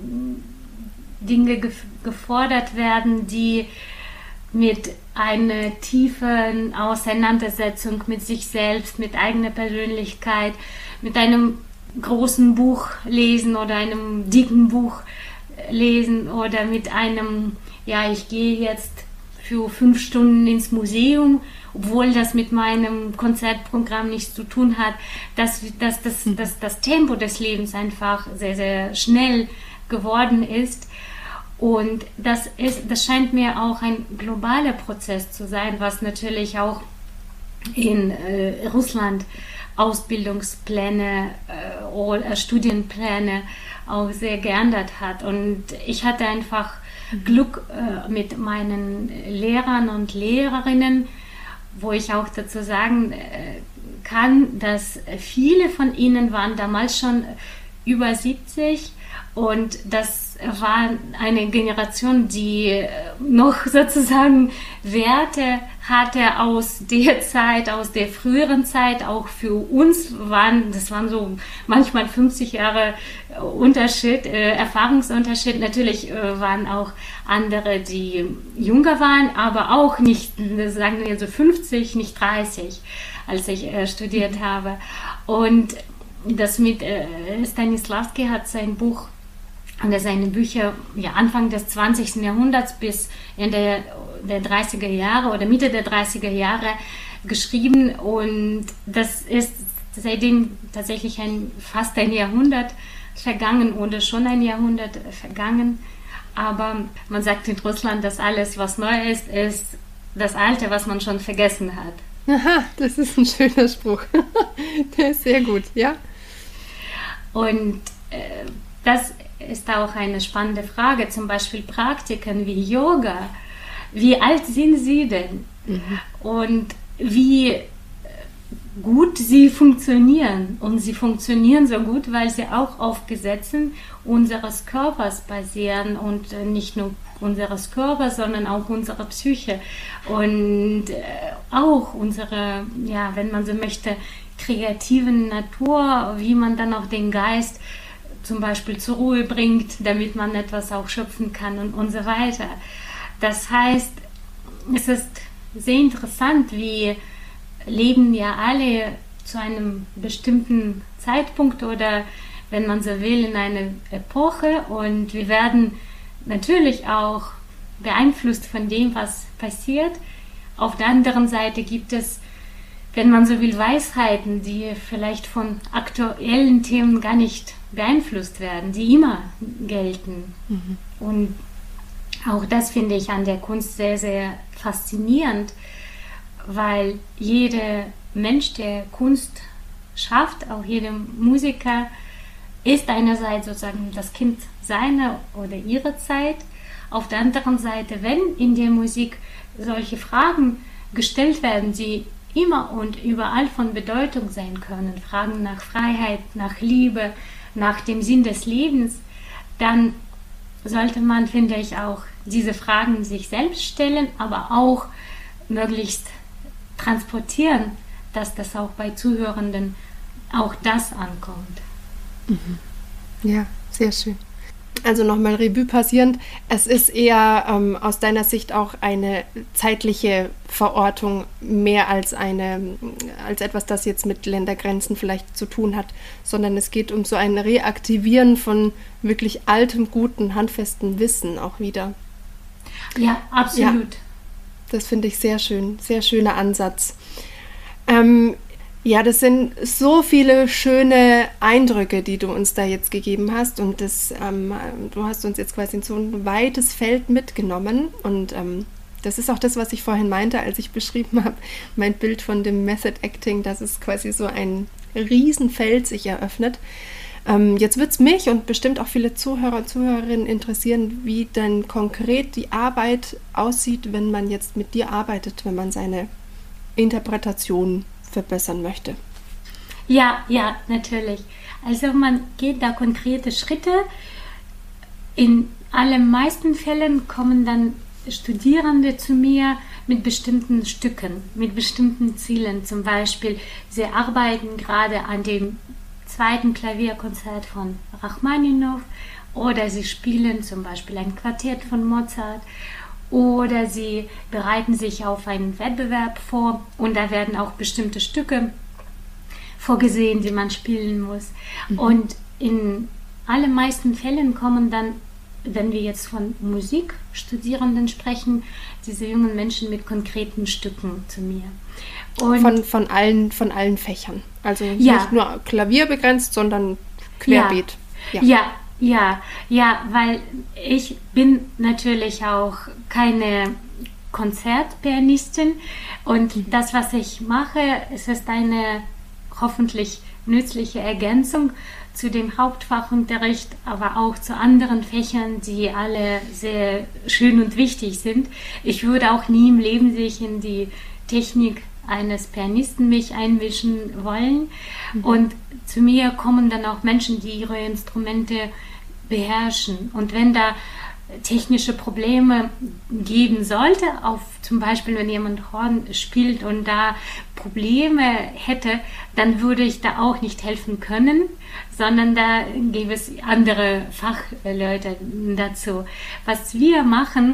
Dinge gef- gefordert werden, die mit einer tiefen Auseinandersetzung mit sich selbst, mit eigener Persönlichkeit, mit einem großen Buch lesen oder einem dicken Buch lesen oder mit einem, ja, ich gehe jetzt für fünf Stunden ins Museum, obwohl das mit meinem Konzertprogramm nichts zu tun hat, dass, dass, dass, dass das Tempo des Lebens einfach sehr, sehr schnell geworden ist. Und das ist, das scheint mir auch ein globaler Prozess zu sein, was natürlich auch in äh, Russland Ausbildungspläne äh, oder Studienpläne auch sehr geändert hat. Und ich hatte einfach Glück äh, mit meinen Lehrern und Lehrerinnen, wo ich auch dazu sagen äh, kann, dass viele von ihnen waren damals schon über siebzig und das war eine Generation, die noch sozusagen Werte hatte aus der Zeit, aus der früheren Zeit. Auch für uns waren, das waren so manchmal fünfzig Jahre Unterschied, äh, Erfahrungsunterschied. Natürlich äh, waren auch andere, die jünger waren, aber auch nicht, sagen wir so fünfzig, nicht dreißig, als ich äh, studiert habe. Und das mit äh, Stanislavski hat sein Buch und seine Bücher ja, Anfang des zwanzigsten Jahrhunderts bis Ende der dreißiger Jahre oder Mitte der dreißiger Jahre geschrieben und das ist seitdem tatsächlich ein, fast ein Jahrhundert vergangen oder schon ein Jahrhundert vergangen. Aber man sagt in Russland, dass alles, was neu ist, ist das Alte, was man schon vergessen hat. Aha, das ist ein schöner Spruch. Der ist sehr gut, ja. Und äh, das ist auch eine spannende Frage, zum Beispiel Praktiken wie Yoga. Wie alt sind sie denn? Mhm. Und wie gut sie funktionieren. Und sie funktionieren so gut, weil sie auch auf Gesetzen unseres Körpers basieren und nicht nur unseres Körpers, sondern auch unserer Psyche und auch unsere, ja, wenn man so möchte, kreativen Natur, wie man dann auch den Geist zum Beispiel zur Ruhe bringt, damit man etwas auch schöpfen kann und, und so weiter. Das heißt, es ist sehr interessant, wie leben ja alle zu einem bestimmten Zeitpunkt oder, wenn man so will, in einer Epoche und wir werden natürlich auch beeinflusst von dem, was passiert. Auf der anderen Seite gibt es, wenn man so will, Weisheiten, die vielleicht von aktuellen Themen gar nicht beeinflusst werden, die immer gelten. Mhm. Und auch das finde ich an der Kunst sehr, sehr faszinierend, weil jeder Mensch, der Kunst schafft, auch jeder Musiker, ist einerseits sozusagen das Kind seiner oder ihrer Zeit. Auf der anderen Seite, wenn in der Musik solche Fragen gestellt werden, die immer und überall von Bedeutung sein können, Fragen nach Freiheit, nach Liebe, nach dem Sinn des Lebens, dann sollte man, finde ich, auch diese Fragen sich selbst stellen, aber auch möglichst transportieren, dass das auch bei Zuhörenden auch das ankommt. Mhm. Ja, sehr schön. Also nochmal Revue passierend, es ist eher ähm, aus deiner Sicht auch eine zeitliche Verortung mehr als, eine, als etwas, das jetzt mit Ländergrenzen vielleicht zu tun hat, sondern es geht um so ein Reaktivieren von wirklich altem, guten, handfesten Wissen auch wieder. Ja, absolut. Ja, das finde ich sehr schön, sehr schöner Ansatz. Ähm, Ja, das sind so viele schöne Eindrücke, die du uns da jetzt gegeben hast und das, ähm, du hast uns jetzt quasi in so ein weites Feld mitgenommen und ähm, Das ist auch das, was ich vorhin meinte, als ich beschrieben habe, mein Bild von dem Method Acting, dass es quasi so ein Riesenfeld sich eröffnet. Ähm, jetzt wird es mich und bestimmt auch viele Zuhörer und Zuhörerinnen interessieren, wie denn konkret die Arbeit aussieht, wenn man jetzt mit dir arbeitet, wenn man seine Interpretation verbessern möchte. Ja, ja, natürlich. Also man geht da konkrete Schritte. In allen meisten Fällen kommen dann Studierende zu mir mit bestimmten Stücken, mit bestimmten Zielen. Zum Beispiel, sie arbeiten gerade an dem zweiten Klavierkonzert von Rachmaninow oder sie spielen zum Beispiel ein Quartett von Mozart oder sie bereiten sich auf einen Wettbewerb vor und da werden auch bestimmte Stücke vorgesehen, die man spielen muss. Mhm. Und in allermeisten Fällen kommen dann, wenn wir jetzt von Musikstudierenden sprechen, diese jungen Menschen mit konkreten Stücken zu mir. Und von, von, allen, von allen Fächern. Also ja. nicht nur Klavier begrenzt, sondern querbeet. Ja. Ja. ja, ja, ja, weil ich bin natürlich auch keine Konzertpianistin und mhm. das, was ich mache, es ist eine hoffentlich nützliche Ergänzung zu dem Hauptfachunterricht, aber auch zu anderen Fächern, die alle sehr schön und wichtig sind. Ich würde auch nie im Leben sich in die Technik eines Pianisten mich einmischen wollen. Mhm. Und zu mir kommen dann auch Menschen, die ihre Instrumente beherrschen. Und wenn da technische Probleme geben sollte, auf zum Beispiel, wenn jemand Horn spielt und da Probleme hätte, dann würde ich da auch nicht helfen können, sondern da gäbe es andere Fachleute dazu. Was wir machen,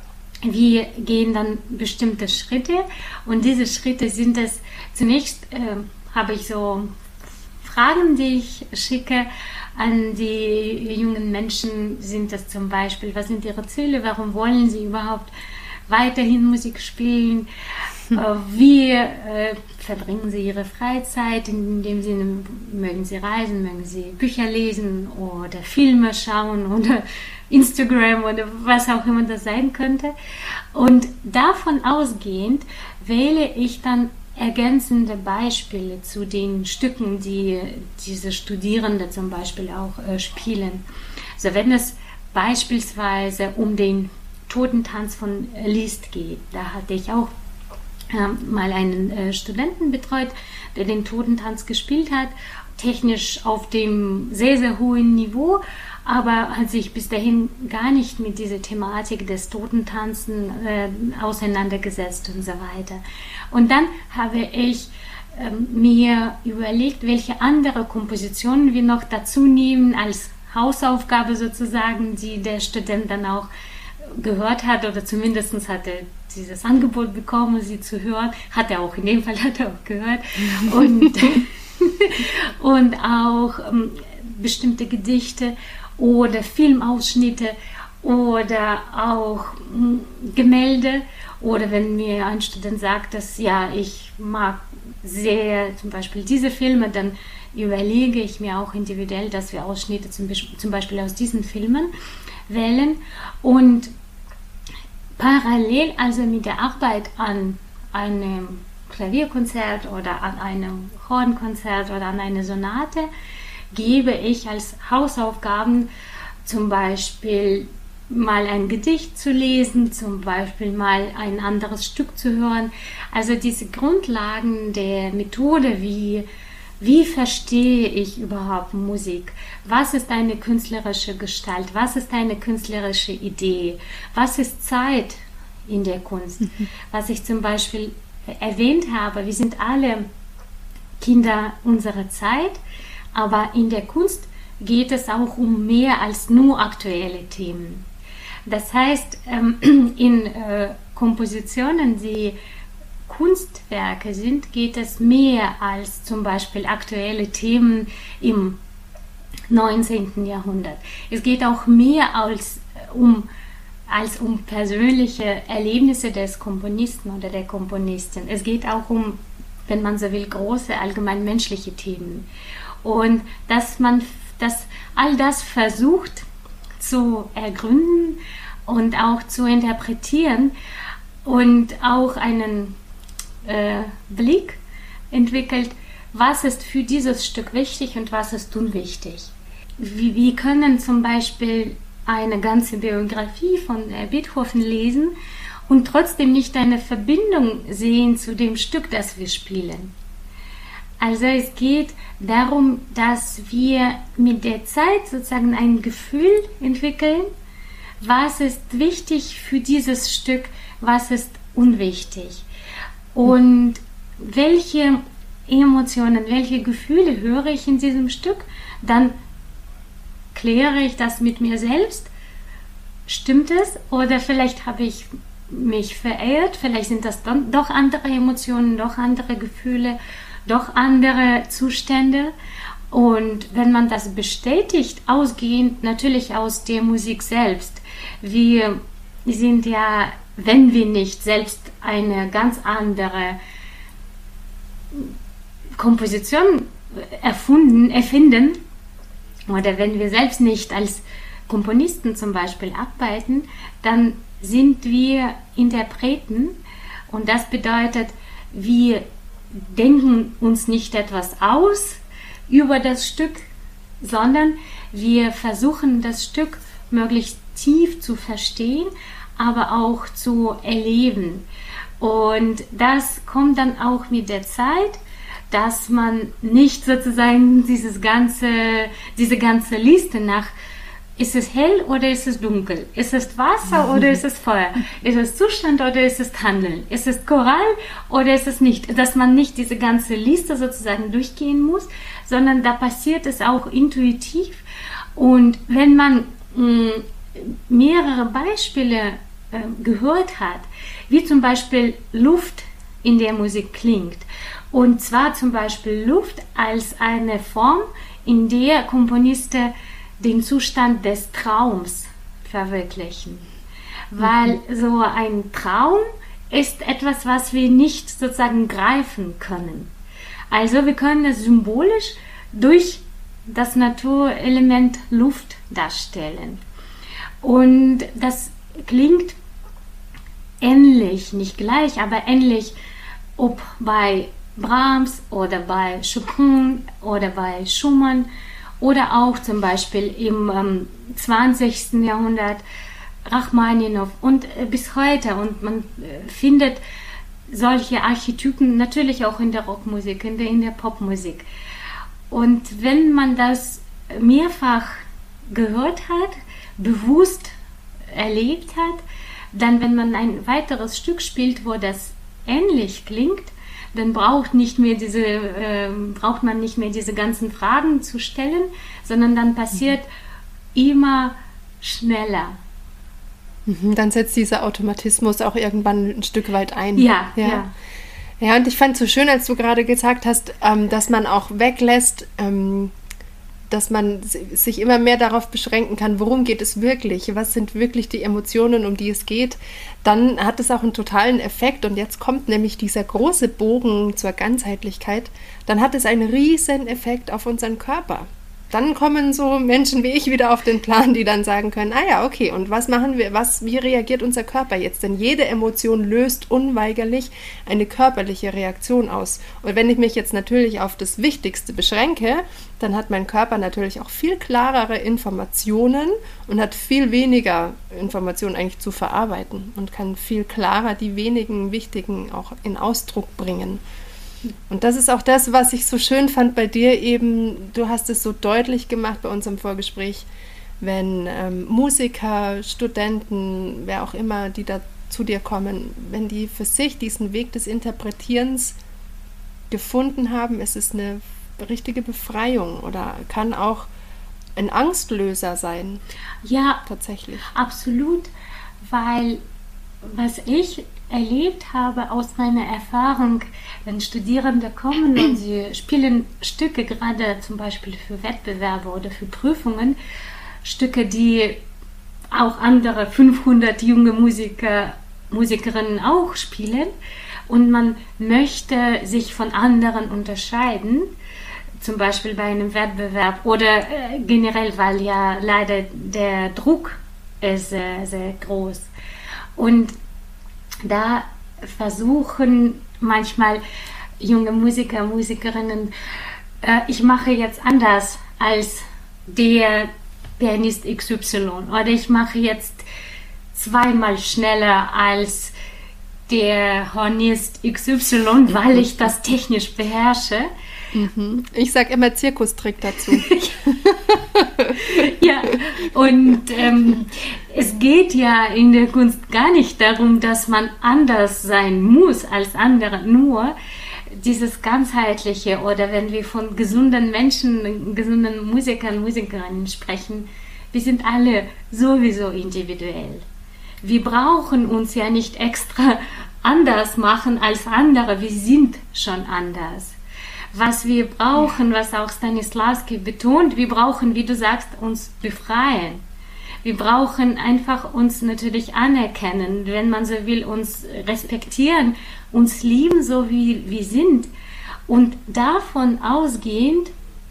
wir gehen dann bestimmte Schritte und diese Schritte sind es, zunächst äh, habe ich so Fragen, die ich schicke an die jungen Menschen, sind das zum Beispiel, was sind ihre Ziele, warum wollen sie überhaupt weiterhin Musik spielen, hm. äh, wie äh, verbringen sie ihre Freizeit, in dem Sinne, mögen sie reisen, mögen sie Bücher lesen oder Filme schauen oder Instagram oder was auch immer das sein könnte. Und davon ausgehend wähle ich dann ergänzende Beispiele zu den Stücken, die diese Studierende zum Beispiel auch äh, spielen. Also wenn es beispielsweise um den Totentanz von Liszt geht, da hatte ich auch äh, mal einen äh, Studenten betreut, der den Totentanz gespielt hat, technisch auf dem sehr, sehr hohen Niveau, aber hat sich bis dahin gar nicht mit dieser Thematik des Totentanzen äh, auseinandergesetzt und so weiter. Und dann habe ich äh, mir überlegt, welche andere Kompositionen wir noch dazu nehmen als Hausaufgabe sozusagen, die der Student dann auch gehört hat oder zumindest hat er dieses Angebot bekommen, sie zu hören. Hat er auch, in dem Fall hat er auch gehört. Und, und auch ähm, bestimmte Gedichte oder Filmausschnitte oder auch mh, Gemälde. Oder wenn mir ein Student sagt, dass ja, ich mag sehr zum Beispiel diese Filme, dann überlege ich mir auch individuell, dass wir Ausschnitte zum, zum Beispiel aus diesen Filmen wählen. Und parallel also mit der Arbeit an einem Klavierkonzert oder an einem Hornkonzert oder an einer Sonate gebe ich als Hausaufgaben zum Beispiel mal ein Gedicht zu lesen, zum Beispiel mal ein anderes Stück zu hören. Also diese Grundlagen der Methode, wie, wie verstehe ich überhaupt Musik? Was ist eine künstlerische Gestalt? Was ist eine künstlerische Idee? Was ist Zeit in der Kunst? Mhm. Was ich zum Beispiel erwähnt habe, wir sind alle Kinder unserer Zeit, aber in der Kunst geht es auch um mehr als nur aktuelle Themen. Das heißt, in Kompositionen, die Kunstwerke sind, geht es mehr als zum Beispiel aktuelle Themen im neunzehnten Jahrhundert. Es geht auch mehr als um, als um persönliche Erlebnisse des Komponisten oder der Komponistin. Es geht auch um, wenn man so will, große allgemeinmenschliche Themen. Und dass man dass all das versucht zu ergründen und auch zu interpretieren, und auch einen äh, Blick entwickelt, was ist für dieses Stück wichtig und was ist unwichtig. Wir, wir können zum Beispiel eine ganze Biografie von äh, Beethoven lesen und trotzdem nicht eine Verbindung sehen zu dem Stück, das wir spielen. Also es geht darum, dass wir mit der Zeit sozusagen ein Gefühl entwickeln, was ist wichtig für dieses Stück, was ist unwichtig. Und welche Emotionen, welche Gefühle höre ich in diesem Stück, dann kläre ich das mit mir selbst. Stimmt es? Oder vielleicht habe ich mich verirrt, vielleicht sind das dann doch andere Emotionen, doch andere Gefühle, doch andere Zustände. Und wenn man das bestätigt, ausgehend natürlich aus der Musik selbst, wir sind ja, wenn wir nicht selbst eine ganz andere Komposition erfunden, erfinden, oder wenn wir selbst nicht als Komponisten zum Beispiel arbeiten, dann sind wir Interpreten, und das bedeutet, wir denken uns nicht etwas aus über das Stück, sondern wir versuchen das Stück möglichst tief zu verstehen, aber auch zu erleben. Und das kommt dann auch mit der Zeit, dass man nicht sozusagen dieses ganze, diese ganze Liste nach, ist es hell oder ist es dunkel? Ist es Wasser oder ist es Feuer? Ist es Zustand oder ist es Handeln? Ist es Choral oder ist es nicht? Dass man nicht diese ganze Liste sozusagen durchgehen muss, sondern da passiert es auch intuitiv. Und wenn man mh, mehrere Beispiele äh, gehört hat, wie zum Beispiel Luft in der Musik klingt, und zwar zum Beispiel Luft als eine Form, in der Komponisten den Zustand des Traums verwirklichen. Weil so ein Traum ist etwas, was wir nicht sozusagen greifen können. Also wir können es symbolisch durch das Naturelement Luft darstellen. Und das klingt ähnlich, nicht gleich, aber ähnlich, ob bei Brahms oder bei Chopin oder bei Schumann oder auch zum Beispiel im ähm, zwanzigsten Jahrhundert Rachmaninow und äh, bis heute. Und man äh, findet solche Archetypen natürlich auch in der Rockmusik, in der, in der Popmusik. Und wenn man das mehrfach gehört hat, bewusst erlebt hat, dann, wenn man ein weiteres Stück spielt, wo das ähnlich klingt, dann braucht, nicht mehr diese, äh, braucht man nicht mehr diese ganzen Fragen zu stellen, sondern dann passiert mhm. immer schneller. Dann setzt dieser Automatismus auch irgendwann ein Stück weit ein. Ja, ja. ja. Ja, und ich fand es so schön, als du gerade gesagt hast, ähm, dass man auch weglässt, ähm, dass man sich immer mehr darauf beschränken kann, worum geht es wirklich, was sind wirklich die Emotionen, um die es geht, dann hat es auch einen totalen Effekt. Und jetzt kommt nämlich dieser große Bogen zur Ganzheitlichkeit, dann hat es einen riesen Effekt auf unseren Körper. Dann kommen so Menschen wie ich wieder auf den Plan, die dann sagen können, ah ja, okay, und was machen wir, was, wie reagiert unser Körper jetzt? Denn jede Emotion löst unweigerlich eine körperliche Reaktion aus. Und wenn ich mich jetzt natürlich auf das Wichtigste beschränke, dann hat mein Körper natürlich auch viel klarere Informationen und hat viel weniger Informationen eigentlich zu verarbeiten und kann viel klarer die wenigen wichtigen auch in Ausdruck bringen. Und das ist auch das, was ich so schön fand bei dir eben, du hast es so deutlich gemacht bei unserem Vorgespräch, wenn ähm, Musiker, Studenten, wer auch immer, die da zu dir kommen, wenn die für sich diesen Weg des Interpretierens gefunden haben, ist es eine richtige Befreiung oder kann auch ein Angstlöser sein. Ja, tatsächlich. Absolut, weil was ich erlebt habe aus meiner Erfahrung, wenn Studierende kommen und sie spielen Stücke, gerade zum Beispiel für Wettbewerbe oder für Prüfungen, Stücke, die auch andere fünfhundert junge Musiker, Musikerinnen auch spielen, und man möchte sich von anderen unterscheiden, zum Beispiel bei einem Wettbewerb oder äh, generell, weil ja leider der Druck ist sehr, sehr groß. Und da versuchen manchmal junge Musiker, Musikerinnen, äh, ich mache jetzt anders als der Pianist X Y oder ich mache jetzt zweimal schneller als der Hornist X Y, weil ich das technisch beherrsche. Ich sage immer Zirkustrick dazu. Ja, und ähm, es geht ja in der Kunst gar nicht darum, dass man anders sein muss als andere, nur dieses Ganzheitliche oder wenn wir von gesunden Menschen, gesunden Musikern, Musikerinnen sprechen, wir sind alle sowieso individuell. Wir brauchen uns ja nicht extra anders machen als andere, wir sind schon anders. Was wir brauchen, was auch Stanislavski betont, wir brauchen, wie du sagst, uns befreien. Wir brauchen einfach uns natürlich anerkennen, wenn man so will, uns respektieren, uns lieben, so wie wir sind. Und davon ausgehend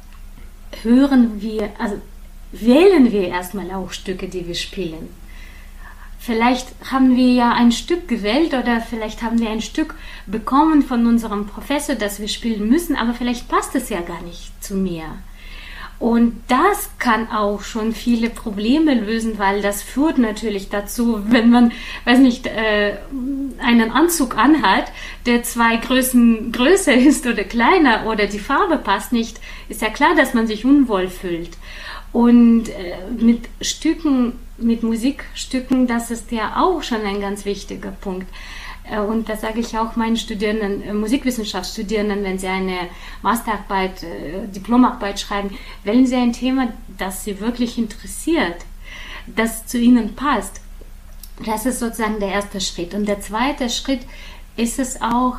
hören wir, also wählen wir erstmal auch Stücke, die wir spielen. Vielleicht haben wir ja ein Stück gewählt oder vielleicht haben wir ein Stück bekommen von unserem Professor, das wir spielen müssen, aber vielleicht passt es ja gar nicht zu mir. Und das kann auch schon viele Probleme lösen, weil das führt natürlich dazu, wenn man, weiß nicht, äh, einen Anzug anhat, der zwei Größen größer ist oder kleiner oder die Farbe passt nicht, ist ja klar, dass man sich unwohl fühlt. Und äh, mit Stücken, mit Musikstücken, das ist ja auch schon ein ganz wichtiger Punkt. Äh, und das sage ich auch meinen Studierenden, äh, Musikwissenschaftsstudierenden, wenn sie eine Masterarbeit, äh, Diplomarbeit schreiben, wählen sie ein Thema, das sie wirklich interessiert, das zu ihnen passt. Das ist sozusagen der erste Schritt. Und der zweite Schritt ist es auch,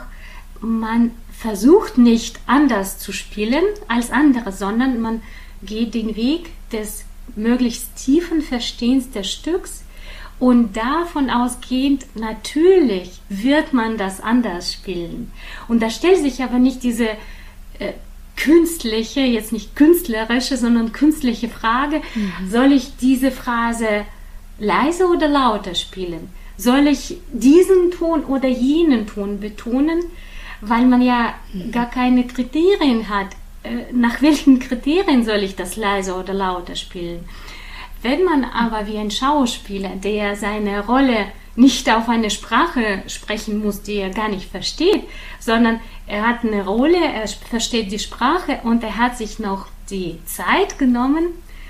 man versucht nicht anders zu spielen als andere, sondern man geht den Weg des möglichst tiefen Verstehens des Stücks und davon ausgehend natürlich wird man das anders spielen. Und da stellt sich aber nicht diese äh, künstliche, jetzt nicht künstlerische, sondern künstliche Frage, mhm. soll ich diese Phrase leise oder lauter spielen? Soll ich diesen Ton oder jenen Ton betonen? Weil man ja mhm. gar keine Kriterien hat. Nach welchen Kriterien soll ich das leise oder lauter spielen? Wenn man aber wie ein Schauspieler, der seine Rolle nicht auf eine Sprache sprechen muss, die er gar nicht versteht, sondern er hat eine Rolle, er versteht die Sprache und er hat sich noch die Zeit genommen,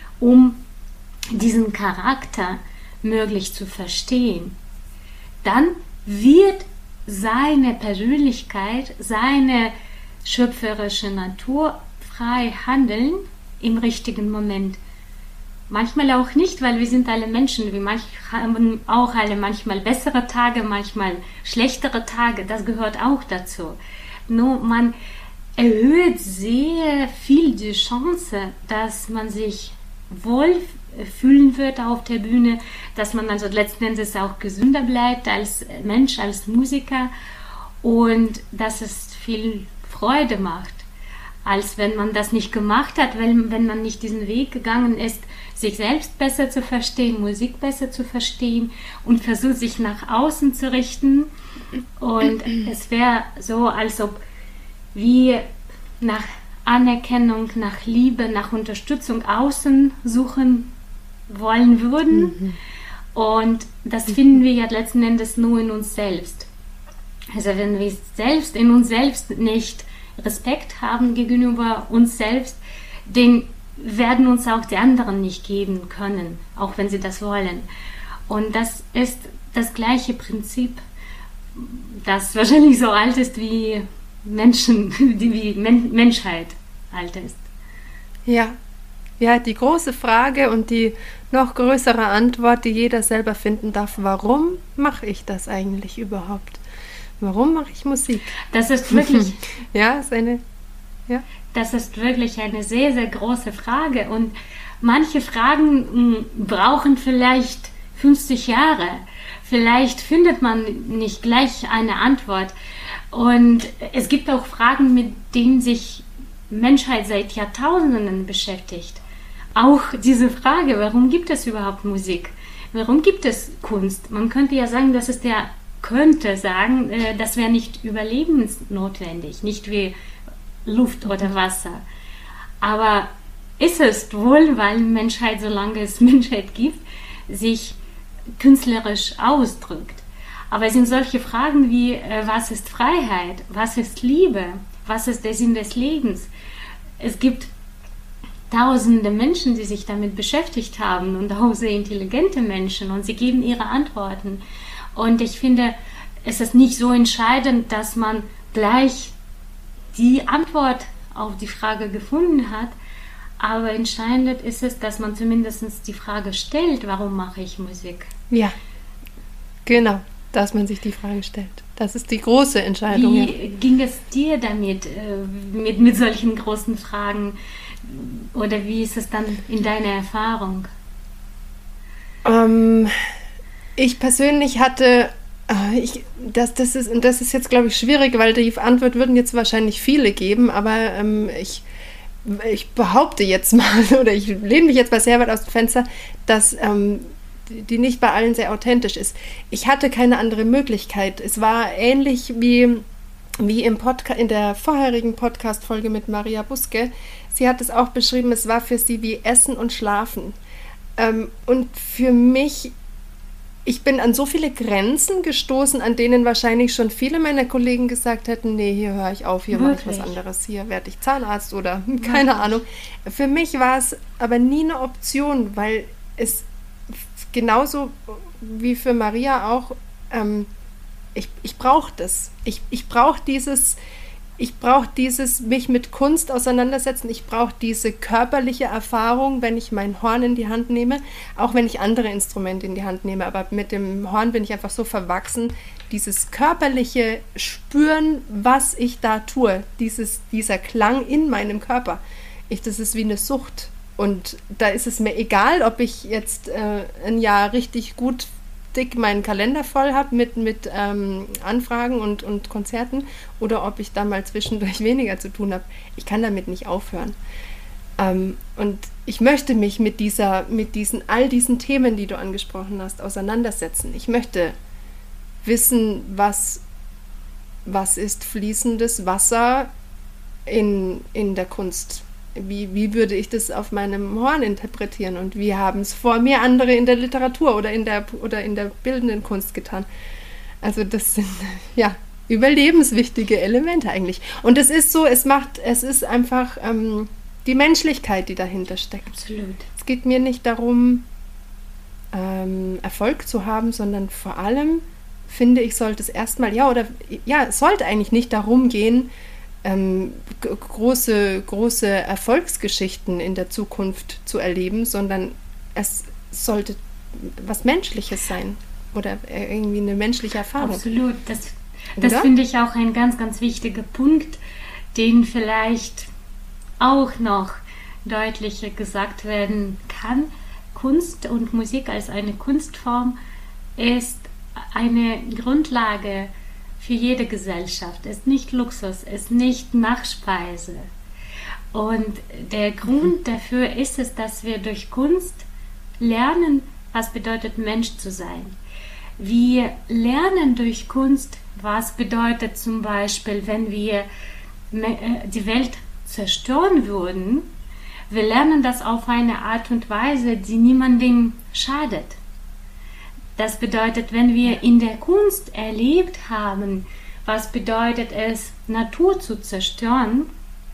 um diesen Charakter möglich zu verstehen, dann wird seine Persönlichkeit, seine schöpferische Natur frei handeln im richtigen Moment. Manchmal auch nicht, weil wir sind alle Menschen. Wir haben auch alle manchmal bessere Tage, manchmal schlechtere Tage. Das gehört auch dazu. Nur man erhöht sehr viel die Chance, dass man sich wohl fühlen wird auf der Bühne, dass man also letzten Endes auch gesünder bleibt als Mensch, als Musiker und dass es viel Freude macht, als wenn man das nicht gemacht hat, wenn, wenn man nicht diesen Weg gegangen ist, sich selbst besser zu verstehen, Musik besser zu verstehen und versucht, sich nach außen zu richten. Und es wäre so, als ob wir nach Anerkennung, nach Liebe, nach Unterstützung außen suchen wollen würden. Mhm. Und das finden wir ja letzten Endes nur in uns selbst. Also wenn wir selbst in uns selbst nicht Respekt haben gegenüber uns selbst, den werden uns auch die anderen nicht geben können, auch wenn sie das wollen. Und das ist das gleiche Prinzip, das wahrscheinlich so alt ist wie Menschen, wie Men- Menschheit alt ist. Ja, ja, die große Frage und die noch größere Antwort, die jeder selber finden darf, warum mache ich das eigentlich überhaupt? Warum mache ich Musik? Das ist wirklich, ja, ist eine, ja. Das ist wirklich eine sehr, sehr große Frage. Und manche Fragen mh, brauchen vielleicht fünfzig Jahre. Vielleicht findet man nicht gleich eine Antwort. Und es gibt auch Fragen, mit denen sich Menschheit seit Jahrtausenden beschäftigt. Auch diese Frage, warum gibt es überhaupt Musik? Warum gibt es Kunst? Man könnte ja sagen, das ist der könnte sagen, äh, das wäre nicht überlebensnotwendig, nicht wie Luft oder Wasser. Aber ist es wohl, weil Menschheit, solange es Menschheit gibt, sich künstlerisch ausdrückt. Aber es sind solche Fragen wie, äh, was ist Freiheit, was ist Liebe, was ist der Sinn des Lebens? Es gibt tausende Menschen, die sich damit beschäftigt haben und auch sehr intelligente Menschen und sie geben ihre Antworten. Und ich finde, es ist nicht so entscheidend, dass man gleich die Antwort auf die Frage gefunden hat, aber entscheidend ist es, dass man zumindest die Frage stellt, warum mache ich Musik? Ja, genau, dass man sich die Frage stellt. Das ist die große Entscheidung. Wie ja. ging es dir damit, mit, mit solchen großen Fragen? Oder wie ist es dann in deiner Erfahrung? Ähm, ich persönlich hatte, äh, ich, das, das, ist, das ist jetzt, glaube ich, schwierig, weil die Antwort würden jetzt wahrscheinlich viele geben, aber ähm, ich, ich behaupte jetzt mal, oder ich lehne mich jetzt mal sehr weit aus dem Fenster, dass ähm, die nicht bei allen sehr authentisch ist. Ich hatte keine andere Möglichkeit. Es war ähnlich wie, wie im Podca- in der vorherigen Podcast-Folge mit Maria Buske. Sie hat es auch beschrieben, es war für sie wie Essen und Schlafen. Ähm, und für mich, ich bin an so viele Grenzen gestoßen, an denen wahrscheinlich schon viele meiner Kollegen gesagt hätten, nee, hier höre ich auf, hier mache ich was anderes, hier werde ich Zahnarzt oder keine ja. Ahnung. Für mich war es aber nie eine Option, weil es genauso wie für Maria auch, ähm, ich, ich brauche das. Ich, ich brauche dieses, ich brauche dieses, mich mit Kunst auseinandersetzen. Ich brauche diese körperliche Erfahrung, wenn ich mein Horn in die Hand nehme, auch wenn ich andere Instrumente in die Hand nehme. Aber mit dem Horn bin ich einfach so verwachsen. Dieses körperliche Spüren, was ich da tue, dieses, dieser Klang in meinem Körper, ich, das ist wie eine Sucht. Und da ist es mir egal, ob ich jetzt äh, ein Jahr richtig gut dick meinen Kalender voll habe mit, mit ähm, Anfragen und, und Konzerten oder ob ich da mal zwischendurch weniger zu tun habe. Ich kann damit nicht aufhören. Ähm, und ich möchte mich mit dieser, mit diesen, all diesen Themen, die du angesprochen hast, auseinandersetzen. Ich möchte wissen, was, was ist fließendes Wasser in, in der Kunst. Wie, wie würde ich das auf meinem Horn interpretieren und wie haben es vor mir andere in der Literatur oder in der, oder in der bildenden Kunst getan? Also das sind ja überlebenswichtige Elemente eigentlich. Und es ist so, es macht, es ist einfach ähm, die Menschlichkeit, die dahinter steckt. Absolut. Es geht mir nicht darum, ähm, Erfolg zu haben, sondern vor allem finde ich, sollte es erstmal, ja, oder ja, es sollte eigentlich nicht darum gehen, Ähm, g- große, große Erfolgsgeschichten in der Zukunft zu erleben, sondern es sollte was Menschliches sein oder irgendwie eine menschliche Erfahrung. Absolut. Das, das finde ich auch ein ganz, ganz wichtiger Punkt, den vielleicht auch noch deutlicher gesagt werden kann. Kunst und Musik als eine Kunstform ist eine Grundlage für jede Gesellschaft, ist nicht Luxus, ist nicht Nachspeise. Und der Grund dafür ist es, dass wir durch Kunst lernen, was bedeutet Mensch zu sein. Wir lernen durch Kunst, was bedeutet zum Beispiel, wenn wir die Welt zerstören würden. Wir lernen das auf eine Art und Weise, die niemandem schadet. Das bedeutet, wenn wir in der Kunst erlebt haben, was bedeutet es, Natur zu zerstören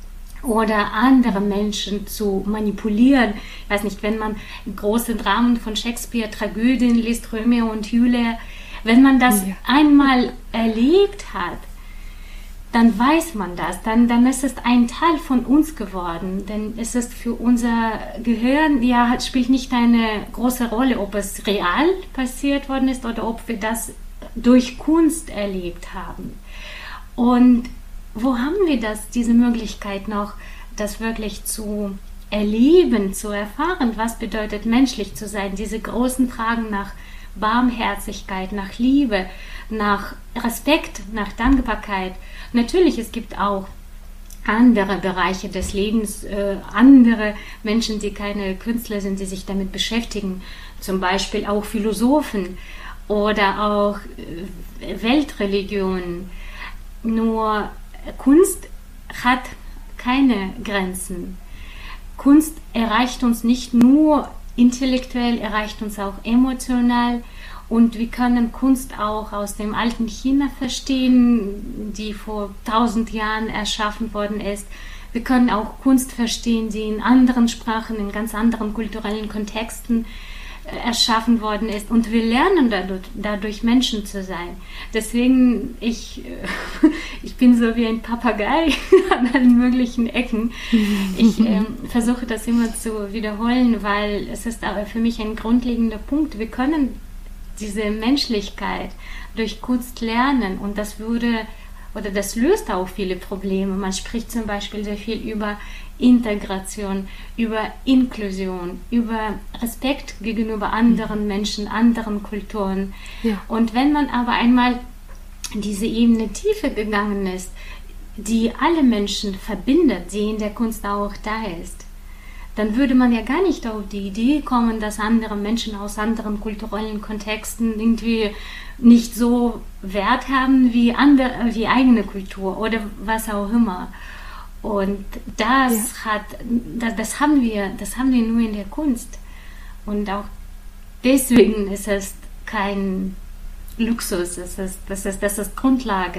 oder andere Menschen zu manipulieren. Ich weiß nicht, wenn man große Dramen von Shakespeare, Tragödien liest, Romeo und Julia, wenn man das ja. einmal erlebt hat, dann weiß man das, dann, dann ist es ein Teil von uns geworden, denn es ist für unser Gehirn, ja, spielt nicht eine große Rolle, ob es real passiert worden ist oder ob wir das durch Kunst erlebt haben. Und wo haben wir das, diese Möglichkeit noch, das wirklich zu erleben, zu erfahren, was bedeutet menschlich zu sein, diese großen Fragen nach Barmherzigkeit, nach Liebe, nach Respekt, nach Dankbarkeit. Natürlich, es gibt auch andere Bereiche des Lebens, äh, andere Menschen, die keine Künstler sind, die sich damit beschäftigen, zum Beispiel auch Philosophen. oder auch Weltreligionen. Nur Kunst hat keine Grenzen. Kunst erreicht uns nicht nur intellektuell, erreicht uns auch emotional. Und wir können Kunst auch aus dem alten China verstehen, die vor tausend Jahren erschaffen worden ist. Wir können auch Kunst verstehen, die in anderen Sprachen, in ganz anderen kulturellen Kontexten erschaffen worden ist. Und wir lernen dadurch, dadurch Menschen zu sein. Deswegen, ich, ich bin so wie ein Papagei an allen möglichen Ecken. Ich äh, versuche das immer zu wiederholen, weil es ist aber für mich ein grundlegender Punkt. Wir können diese Menschlichkeit durch Kunst lernen und das würde oder das löst auch viele Probleme. Man spricht zum Beispiel sehr viel über Integration, über Inklusion, über Respekt gegenüber anderen Menschen, anderen Kulturen. Ja. Und wenn man aber einmal diese Ebene tiefer gegangen ist, die alle Menschen verbindet, die in der Kunst auch da ist, dann würde man ja gar nicht auf die Idee kommen, dass andere Menschen aus anderen kulturellen Kontexten irgendwie nicht so Wert haben wie andere, wie eigene Kultur oder was auch immer. Und das ja. hat, das, das haben wir, das haben wir nur in der Kunst. Und auch deswegen ist es kein Luxus, es ist, das ist, das ist Grundlage.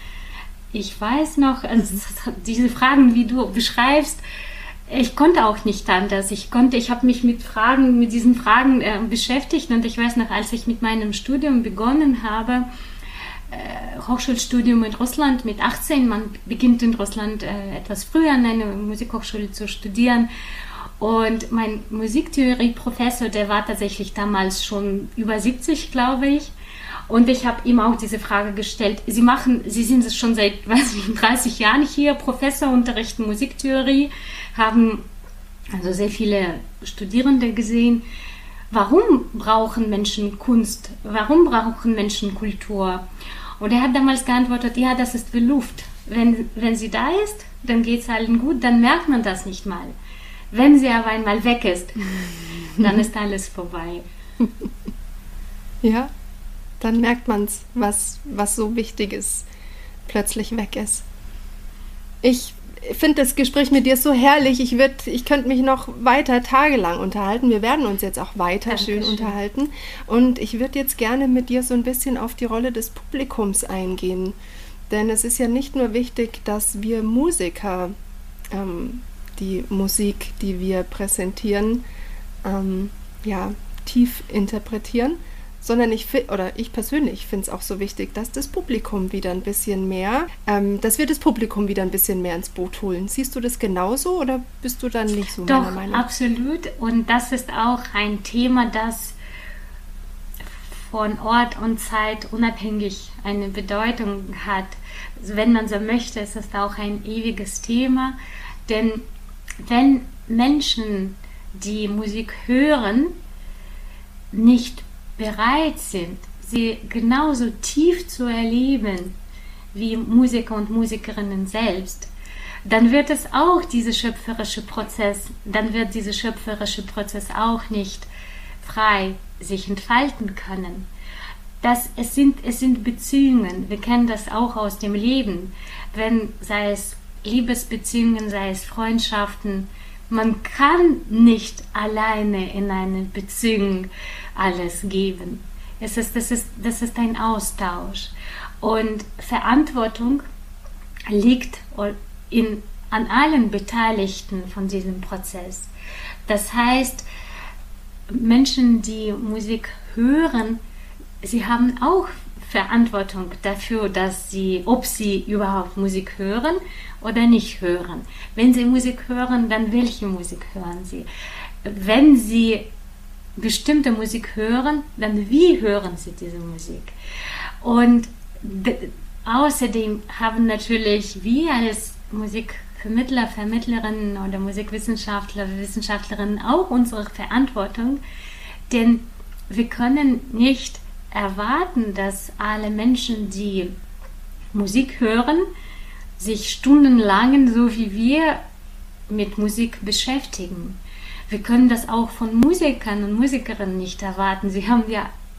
Ich weiß noch, also diese Fragen, wie du beschreibst, ich konnte auch nicht anders. Ich konnte, ich habe mich mit Fragen, mit diesen Fragen äh, beschäftigt und ich weiß noch, als ich mit meinem Studium begonnen habe, äh, Hochschulstudium in Russland mit achtzehn, man beginnt in Russland äh, etwas früher an einer Musikhochschule zu studieren und mein Musiktheorie-Professor, der war tatsächlich damals schon über siebzig, glaube ich. Und ich habe ihm auch diese Frage gestellt. Sie machen, Sie sind schon seit weiß ich, dreißig Jahren hier, Professor, unterrichten Musiktheorie, haben also sehr viele Studierende gesehen. Warum brauchen Menschen Kunst? Warum brauchen Menschen Kultur? Und er hat damals geantwortet, ja, das ist wie Luft. Wenn, wenn sie da ist, dann geht es allen gut, dann merkt man das nicht mal. Wenn sie aber einmal weg ist, dann ist alles vorbei. Ja. Dann merkt man es, was, was so wichtig ist, plötzlich weg ist. Ich finde das Gespräch mit dir so herrlich. Ich, würd, ich könnte mich noch weiter tagelang unterhalten. Wir werden uns jetzt auch weiter Dankeschön. schön unterhalten. Und ich würde jetzt gerne mit dir so ein bisschen auf die Rolle des Publikums eingehen. Denn es ist ja nicht nur wichtig, dass wir Musiker ähm, die Musik, die wir präsentieren, ähm, ja, tief interpretieren, sondern ich oder ich persönlich finde es auch so wichtig, dass das Publikum wieder ein bisschen mehr, ähm, dass wir das Publikum wieder ein bisschen mehr ins Boot holen. Siehst du das genauso oder bist du dann nicht so Doch, meiner Meinung? Doch, absolut. Und das ist auch ein Thema, das von Ort und Zeit unabhängig eine Bedeutung hat. Also wenn man so möchte, ist es auch ein ewiges Thema. Denn wenn Menschen, die Musik hören, nicht bereit sind, sie genauso tief zu erleben wie Musiker und Musikerinnen selbst, dann wird es auch diese schöpferische Prozess, dann wird dieser schöpferische Prozess auch nicht frei sich entfalten können. Das, es, sind, es sind Beziehungen, wir kennen das auch aus dem Leben, wenn, sei es Liebesbeziehungen, sei es Freundschaften, man kann nicht alleine in einer Beziehung alles geben. Es ist, das, ist, das ist ein Austausch. Und Verantwortung liegt in, an allen Beteiligten von diesem Prozess. Das heißt, Menschen, die Musik hören, sie haben auch Verantwortung dafür, dass sie, ob sie überhaupt Musik hören oder nicht hören. Wenn sie Musik hören, dann welche Musik hören sie? Wenn sie bestimmte Musik hören, dann wie hören sie diese Musik? Und d- außerdem haben natürlich wir als Musikvermittler, Vermittlerinnen oder Musikwissenschaftler, Wissenschaftlerinnen auch unsere Verantwortung, denn wir können nicht erwarten, dass alle Menschen, die Musik hören, sich stundenlang, so wie wir, mit Musik beschäftigen. Wir können das auch von Musikern und Musikerinnen nicht erwarten. Sie haben ja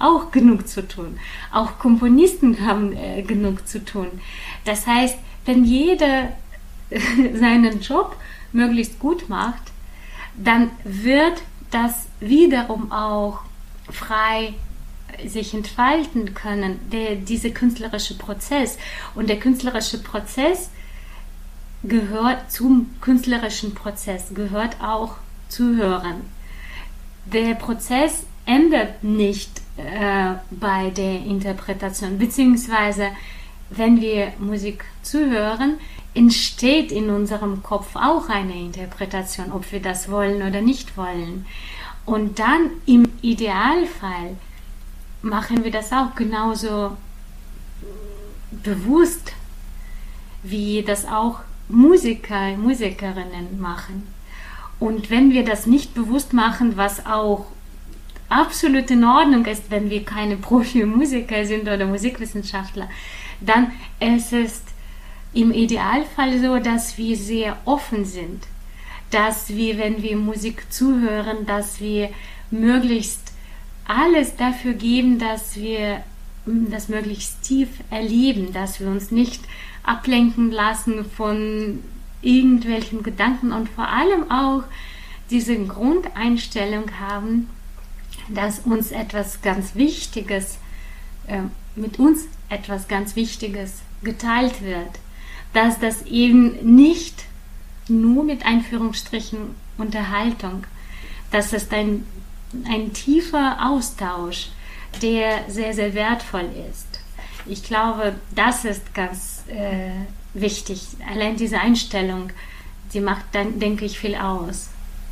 auch genug zu tun. Auch Komponisten haben äh, genug zu tun. Das heißt, wenn jeder seinen Job möglichst gut macht, dann wird das wiederum auch frei sich entfalten können, der, dieser künstlerische Prozess. Und der künstlerische Prozess gehört zum künstlerischen Prozess, gehört auch Zuhören. Der Prozess endet nicht äh, bei der Interpretation, beziehungsweise wenn wir Musik zuhören, entsteht in unserem Kopf auch eine Interpretation, ob wir das wollen oder nicht wollen. Und dann im Idealfall machen wir das auch genauso bewusst, wie das auch Musiker, Musikerinnen machen. Und wenn wir das nicht bewusst machen, was auch absolut in Ordnung ist, wenn wir keine Profi-Musiker sind oder Musikwissenschaftler, dann ist es im Idealfall so, dass wir sehr offen sind, dass wir, wenn wir Musik zuhören, dass wir möglichst alles dafür geben, dass wir das möglichst tief erleben, dass wir uns nicht ablenken lassen von irgendwelchen Gedanken und vor allem auch diese Grundeinstellung haben, dass uns etwas ganz Wichtiges, äh, mit uns etwas ganz Wichtiges geteilt wird, dass das eben nicht nur mit Einführungsstrichen Unterhaltung, dass es ein, ein tiefer Austausch, der sehr, sehr wertvoll ist. Ich glaube, das ist ganz äh, wichtig. Allein diese Einstellung, die macht dann, denke ich, viel aus.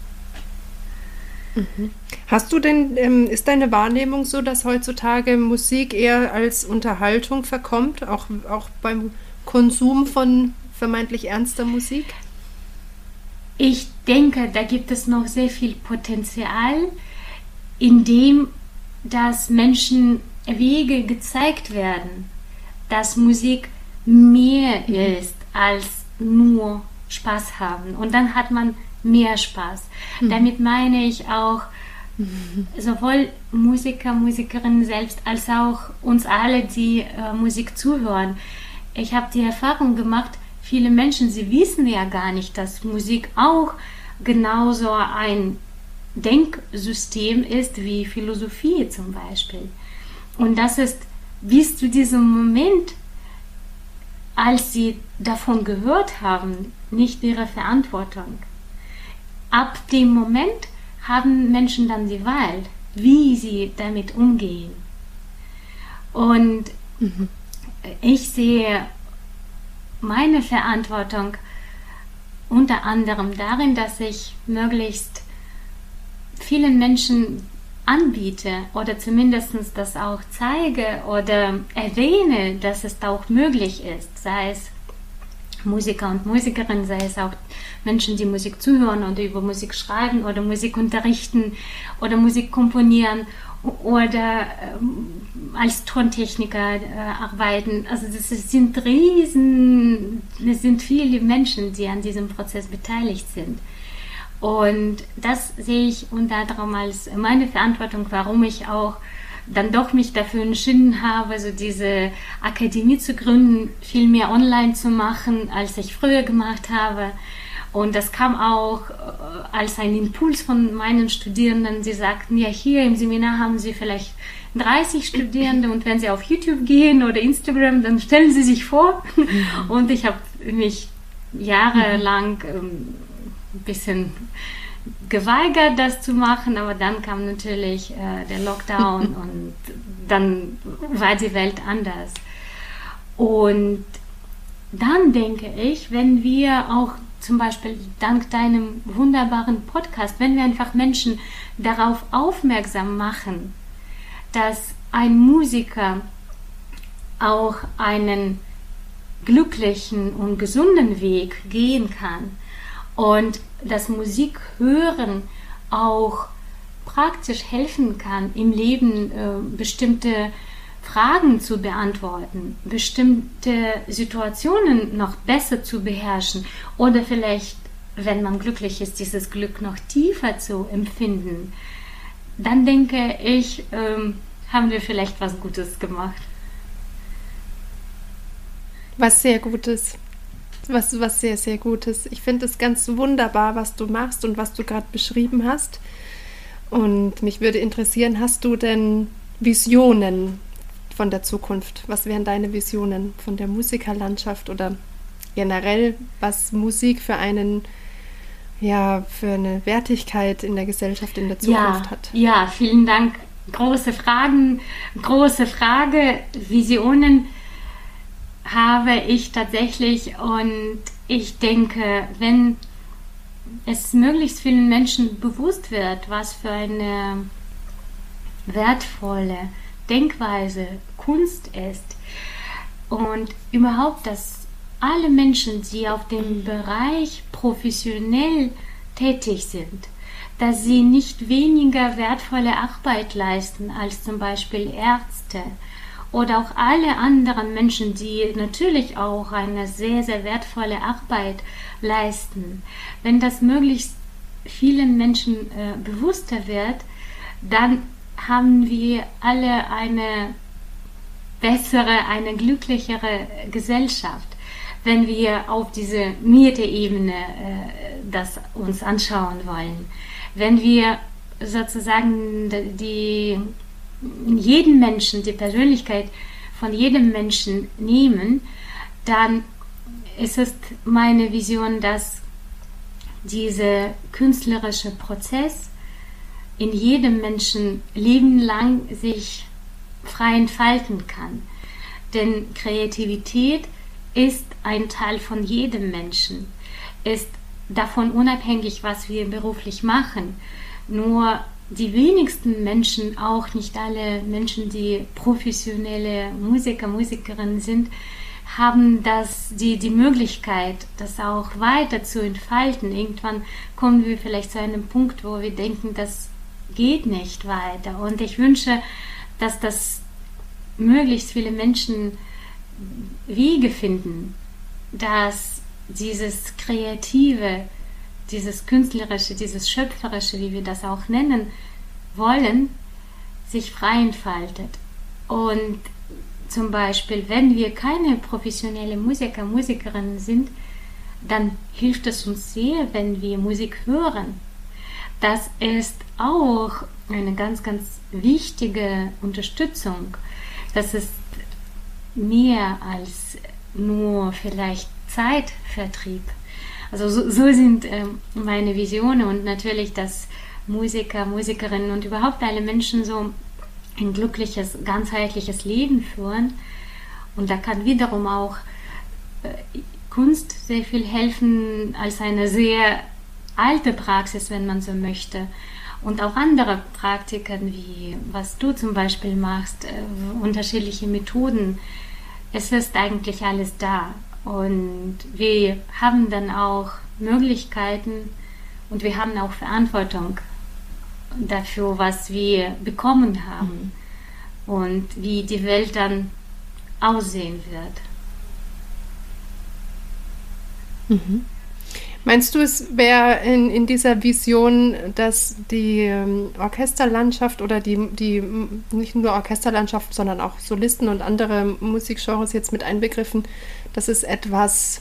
Mhm. Hast du denn, ähm, ist deine Wahrnehmung so, dass heutzutage Musik eher als Unterhaltung verkommt, auch, auch beim Konsum von vermeintlich ernster Musik? Ich denke, da gibt es noch sehr viel Potenzial, indem dass Menschen Wege gezeigt werden, dass Musik mehr ist als nur Spaß haben. Und dann hat man mehr Spaß. Mhm. Damit meine ich auch mhm. sowohl Musiker, Musikerinnen selbst, als auch uns alle, die äh, Musik zuhören. Ich habe die Erfahrung gemacht, viele Menschen, sie wissen ja gar nicht, dass Musik auch genauso ein Denksystem ist wie Philosophie zum Beispiel. Und das ist bis zu diesem Moment, als sie davon gehört haben, nicht ihre Verantwortung. Ab dem Moment haben Menschen dann die Wahl, wie sie damit umgehen. Und mhm. ich sehe meine Verantwortung unter anderem darin, dass ich möglichst vielen Menschen anbiete oder zumindest das auch zeige oder erwähne, dass es auch möglich ist, sei es Musiker und Musikerinnen, sei es auch Menschen, die Musik zuhören oder über Musik schreiben oder Musik unterrichten oder Musik komponieren oder ähm, als Tontechniker äh, arbeiten. Also das sind riesen, es sind viele Menschen, die an diesem Prozess beteiligt sind. Und das sehe ich unter anderem als meine Verantwortung, warum ich auch dann doch mich dafür entschieden habe, so diese Akademie zu gründen, viel mehr online zu machen, als ich früher gemacht habe. Und das kam auch als ein Impuls von meinen Studierenden. Sie sagten, ja, hier im Seminar haben Sie vielleicht dreißig Studierende und wenn Sie auf YouTube gehen oder Instagram, dann stellen Sie sich vor. Mhm. Und ich habe mich jahrelang ähm, ein bisschen geweigert, das zu machen, aber dann kam natürlich äh, der Lockdown und dann war die Welt anders. Und dann denke ich, wenn wir auch zum Beispiel dank deinem wunderbaren Podcast, wenn wir einfach Menschen darauf aufmerksam machen, dass ein Musiker auch einen glücklichen und gesunden Weg gehen kann und dass Musik hören auch praktisch helfen kann, im Leben äh, bestimmte Fragen zu beantworten, bestimmte Situationen noch besser zu beherrschen oder vielleicht, wenn man glücklich ist, dieses Glück noch tiefer zu empfinden, dann denke ich, ähm, haben wir vielleicht was Gutes gemacht. Was sehr Gutes. Was, was sehr, sehr Gutes. Ich finde es ganz wunderbar, was du machst und was du gerade beschrieben hast. Und mich würde interessieren, hast du denn Visionen von der Zukunft? Was wären deine Visionen von der Musikerlandschaft oder generell, was Musik für einen, ja, für eine Wertigkeit in der Gesellschaft in der Zukunft ja, hat? Ja, vielen Dank. Große Fragen, große Frage. Visionen habe ich tatsächlich, und ich denke, wenn es möglichst vielen Menschen bewusst wird, was für eine wertvolle Denkweise Kunst ist und überhaupt, dass alle Menschen, die auf dem Bereich professionell tätig sind, dass sie nicht weniger wertvolle Arbeit leisten als zum Beispiel Ärzte oder auch alle anderen Menschen, die natürlich auch eine sehr, sehr wertvolle Arbeit leisten. Wenn das möglichst vielen Menschen äh, bewusster wird, dann haben wir alle eine bessere, eine glücklichere Gesellschaft, wenn wir auf diese Metaebene äh, das uns anschauen wollen. Wenn wir sozusagen die, jeden Menschen, die Persönlichkeit von jedem Menschen nehmen, dann ist es meine Vision, dass dieser künstlerische Prozess in jedem Menschen lebenlang sich frei entfalten kann. Denn Kreativität ist ein Teil von jedem Menschen, ist davon unabhängig, was wir beruflich machen. Nur die wenigsten Menschen, auch nicht alle Menschen, die professionelle Musiker, Musikerinnen sind, haben das, die, die Möglichkeit, das auch weiter zu entfalten. Irgendwann kommen wir vielleicht zu einem Punkt, wo wir denken, das geht nicht weiter. Und ich wünsche, dass das möglichst viele Menschen Wege finden, dass dieses Kreative, dieses Künstlerische, dieses Schöpferische, wie wir das auch nennen wollen, sich frei entfaltet. Und zum Beispiel, wenn wir keine professionelle Musiker, Musikerinnen sind, dann hilft es uns sehr, wenn wir Musik hören. Das ist auch eine ganz, ganz wichtige Unterstützung. Das ist mehr als nur vielleicht Zeitvertrieb. Also so, so sind ähm, meine Visionen, und natürlich, dass Musiker, Musikerinnen und überhaupt alle Menschen so ein glückliches, ganzheitliches Leben führen. Und da kann wiederum auch äh, Kunst sehr viel helfen als eine sehr alte Praxis, wenn man so möchte. Und auch andere Praktiken, wie was du zum Beispiel machst, äh, unterschiedliche Methoden. Es ist eigentlich alles da. Und wir haben dann auch Möglichkeiten und wir haben auch Verantwortung dafür, was wir bekommen haben mhm. und wie die Welt dann aussehen wird. Mhm. Meinst du, es wäre in, in dieser Vision, dass die ähm, Orchesterlandschaft oder die, die, nicht nur Orchesterlandschaft, sondern auch Solisten und andere Musikgenres jetzt mit einbegriffen, dass es etwas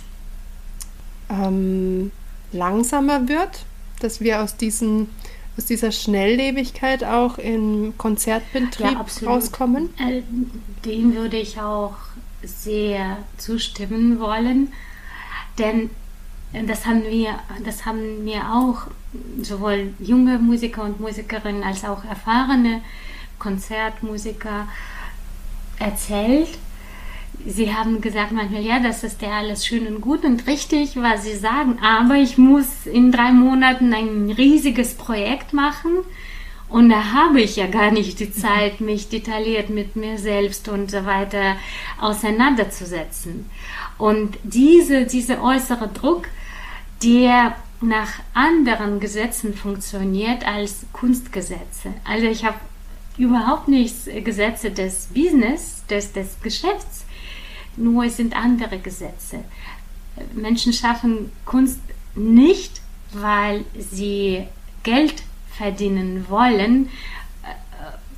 ähm, langsamer wird, dass wir aus, diesen, aus dieser Schnelllebigkeit auch im Konzertbetrieb ja, rauskommen? Äh, dem würde ich auch sehr zustimmen wollen, denn Das haben wir, das haben mir auch sowohl junge Musiker und Musikerinnen als auch erfahrene Konzertmusiker erzählt. Sie haben gesagt manchmal, ja, das ist ja alles schön und gut und richtig, was sie sagen, aber ich muss in drei Monaten ein riesiges Projekt machen und da habe ich ja gar nicht die Zeit, mich detailliert mit mir selbst und so weiter auseinanderzusetzen. Und diese, dieser äußere Druck, der nach anderen Gesetzen funktioniert als Kunstgesetze. Also ich habe überhaupt nichts Gesetze des Business, des, des Geschäfts, nur es sind andere Gesetze. Menschen schaffen Kunst nicht, weil sie Geld verdienen wollen,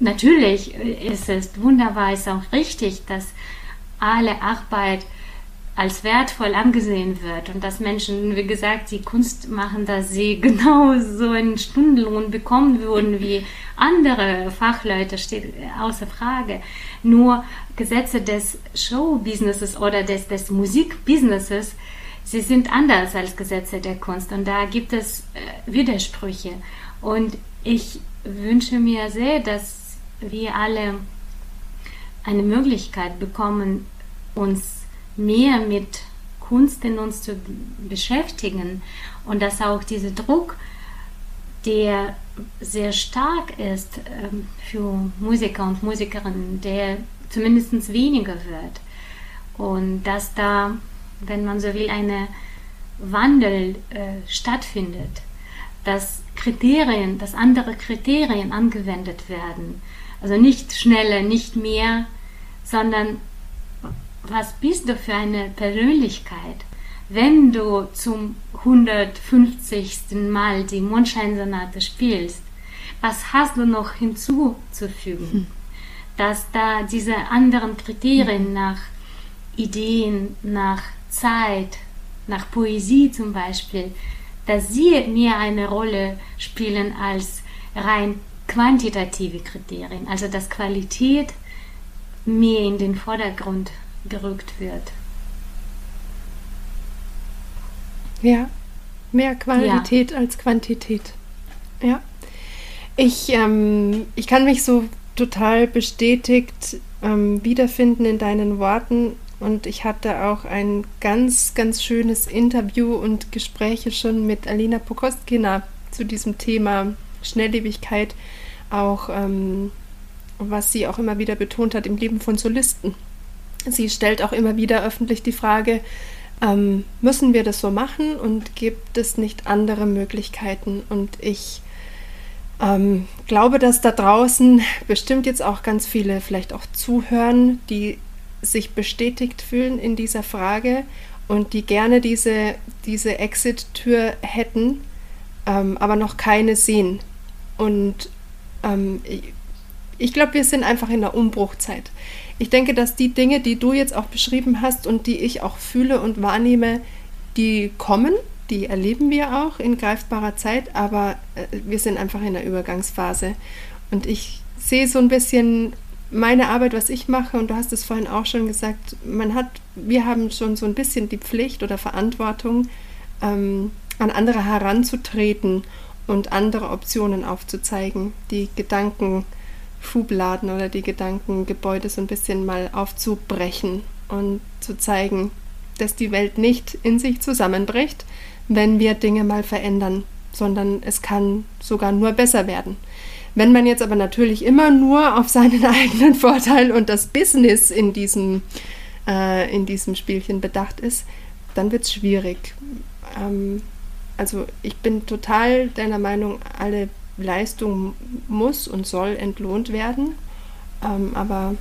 natürlich ist es wunderbar, ist auch richtig, dass alle Arbeit als wertvoll angesehen wird und dass Menschen, wie gesagt, die Kunst machen, dass sie genau so einen Stundenlohn bekommen würden wie andere Fachleute, steht außer Frage. Nur Gesetze des Showbusinesses oder des, des Musikbusinesses, sie sind anders als Gesetze der Kunst und da gibt es äh, Widersprüche. Und ich wünsche mir sehr, dass wir alle eine Möglichkeit bekommen, uns mehr mit Kunst in uns zu beschäftigen und dass auch dieser Druck, der sehr stark ist ähm, für Musiker und Musikerinnen, der zumindest weniger wird und dass da, wenn man so will, ein Wandel äh, stattfindet, dass Kriterien, dass andere Kriterien angewendet werden, also nicht schneller, nicht mehr, sondern was bist du für eine Persönlichkeit, wenn du zum hundertfünfzigsten Mal die Mondscheinsonate spielst? Was hast du noch hinzuzufügen? Hm. Dass da diese anderen Kriterien nach Ideen, nach Zeit, nach Poesie zum Beispiel, dass sie mehr eine Rolle spielen als rein quantitative Kriterien, also dass Qualität mehr in den Vordergrund gerückt wird. Ja, mehr Qualität ja. als Quantität. Ja. Ich, ähm, ich kann mich so total bestätigt ähm, wiederfinden in deinen Worten und ich hatte auch ein ganz, ganz schönes Interview und Gespräche schon mit Alina Pokostkina zu diesem Thema Schnelllebigkeit, auch ähm, was sie auch immer wieder betont hat im Leben von Solisten. Sie stellt auch immer wieder öffentlich die Frage, ähm, müssen wir das so machen und gibt es nicht andere Möglichkeiten? Und ich ähm, glaube, dass da draußen bestimmt jetzt auch ganz viele vielleicht auch zuhören, die sich bestätigt fühlen in dieser Frage und die gerne diese, diese Exit-Tür hätten, ähm, aber noch keine sehen. Und ähm, ich, ich glaube, wir sind einfach in der Umbruchzeit. Ich denke, dass die Dinge, die du jetzt auch beschrieben hast und die ich auch fühle und wahrnehme, die kommen, die erleben wir auch in greifbarer Zeit, aber äh, wir sind einfach in der Übergangsphase. Und ich sehe so ein bisschen meine Arbeit, was ich mache, und du hast es vorhin auch schon gesagt, man hat, wir haben schon so ein bisschen die Pflicht oder Verantwortung, ähm, an andere heranzutreten und andere Optionen aufzuzeigen, die Gedanken Schubladen oder die Gedankengebäude so ein bisschen mal aufzubrechen und zu zeigen, dass die Welt nicht in sich zusammenbricht, wenn wir Dinge mal verändern, sondern es kann sogar nur besser werden. Wenn man jetzt aber natürlich immer nur auf seinen eigenen Vorteil und das Business in diesem, äh, in diesem Spielchen bedacht ist, dann wird es schwierig. Ähm, also ich bin total deiner Meinung, alle Leistung muss und soll entlohnt werden, ähm, aber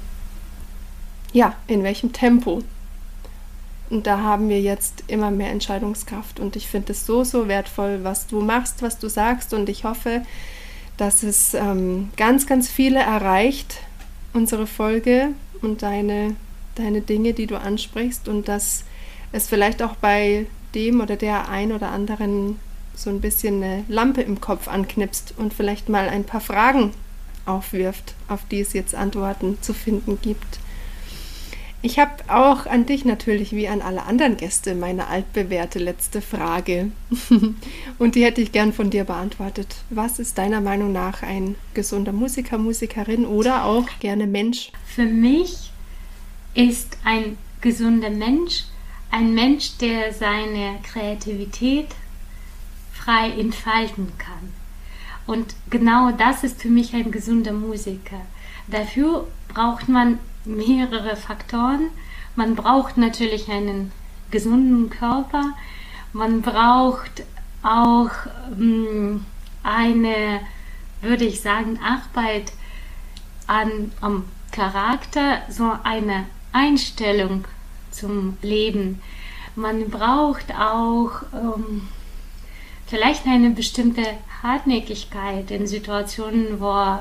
ja, in welchem Tempo? Und da haben wir jetzt immer mehr Entscheidungskraft und ich finde es so, so wertvoll, was du machst, was du sagst und ich hoffe, dass es ähm, ganz, ganz viele erreicht, unsere Folge und deine, deine Dinge, die du ansprichst und dass es vielleicht auch bei dem oder der ein oder anderen so ein bisschen eine Lampe im Kopf anknipst und vielleicht mal ein paar Fragen aufwirft, auf die es jetzt Antworten zu finden gibt. Ich habe auch an dich natürlich wie an alle anderen Gäste meine altbewährte letzte Frage und die hätte ich gern von dir beantwortet. Was ist deiner Meinung nach ein gesunder Musiker, Musikerin oder auch gerne Mensch? Für mich ist ein gesunder Mensch ein Mensch, der seine Kreativität frei entfalten kann. Und genau das ist für mich ein gesunder Musiker. Dafür braucht man mehrere Faktoren. Man braucht natürlich einen gesunden Körper. Man braucht auch ähm, eine, würde ich sagen, Arbeit an, am Charakter, so eine Einstellung zum Leben. Man braucht auch ähm, vielleicht eine bestimmte Hartnäckigkeit in Situationen, wo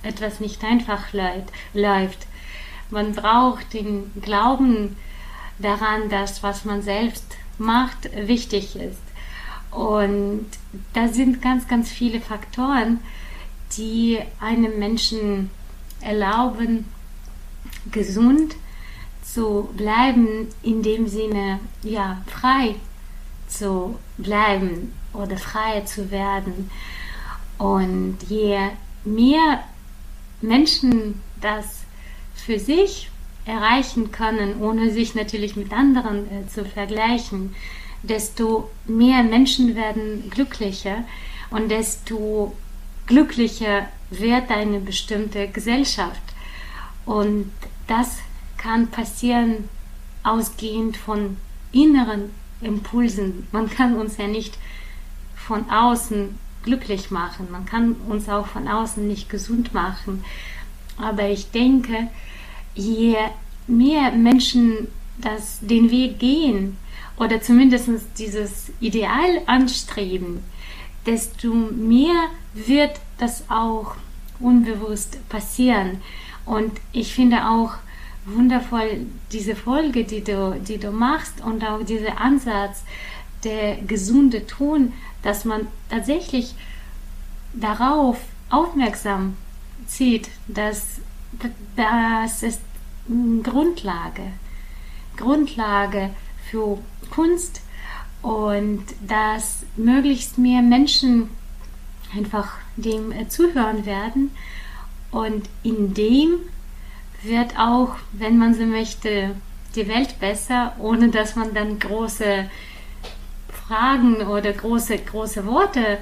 etwas nicht einfach läuft. Man braucht den Glauben daran, dass was man selbst macht, wichtig ist. Und da sind ganz, ganz viele Faktoren, die einem Menschen erlauben, gesund zu bleiben, in dem Sinne, ja, frei zu bleiben oder frei zu werden. Und je mehr Menschen das für sich erreichen können, ohne sich natürlich mit anderen äh, zu vergleichen, desto mehr Menschen werden glücklicher und desto glücklicher wird eine bestimmte Gesellschaft. Und das kann passieren ausgehend von inneren Impulsen. Man kann uns ja nicht von außen glücklich machen. Man kann uns auch von außen nicht gesund machen. Aber ich denke, je mehr Menschen das, den Weg gehen oder zumindest dieses Ideal anstreben, desto mehr wird das auch unbewusst passieren. Und ich finde auch wundervoll diese Folge, die du, die du machst und auch dieser Ansatz, der gesunde Ton, dass man tatsächlich darauf aufmerksam zieht, dass das ist Grundlage, Grundlage für Kunst und dass möglichst mehr Menschen einfach dem zuhören werden und in dem wird auch, wenn man so möchte, die Welt besser, ohne dass man dann große Fragen oder große, große Worte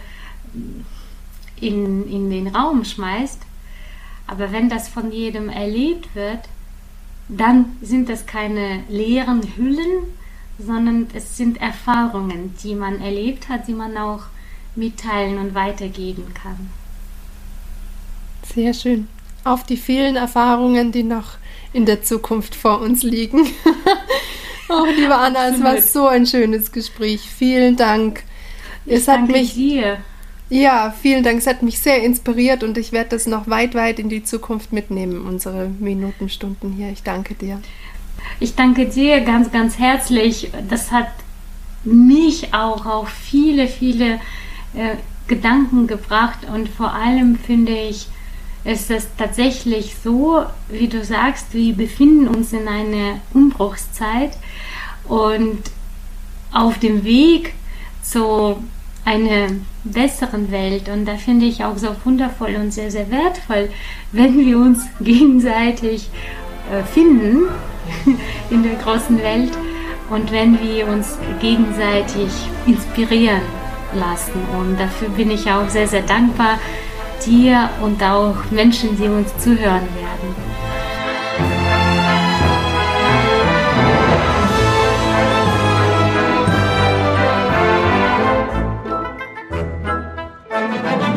in, in den Raum schmeißt. Aber wenn das von jedem erlebt wird, dann sind das keine leeren Hüllen, sondern es sind Erfahrungen, die man erlebt hat, die man auch mitteilen und weitergeben kann. Sehr schön. Auf die vielen Erfahrungen, die noch in der Zukunft vor uns liegen. Oh, liebe Anna, es war so ein schönes Gespräch. Vielen Dank. Ich es hat danke mich, dir. Ja, vielen Dank. Es hat mich sehr inspiriert und ich werde das noch weit, weit in die Zukunft mitnehmen, unsere Minuten, Stunden hier. Ich danke dir. Ich danke dir ganz, ganz herzlich. Das hat mich auch auf viele, viele äh, Gedanken gebracht und vor allem finde ich, ist es tatsächlich so, wie du sagst, wir befinden uns in einer Umbruchszeit und auf dem Weg zu einer besseren Welt. Und da finde ich auch so wundervoll und sehr, sehr wertvoll, wenn wir uns gegenseitig äh, finden in der großen Welt und wenn wir uns gegenseitig inspirieren lassen. Und dafür bin ich auch sehr, sehr dankbar, dir und auch Menschen, die uns zuhören werden.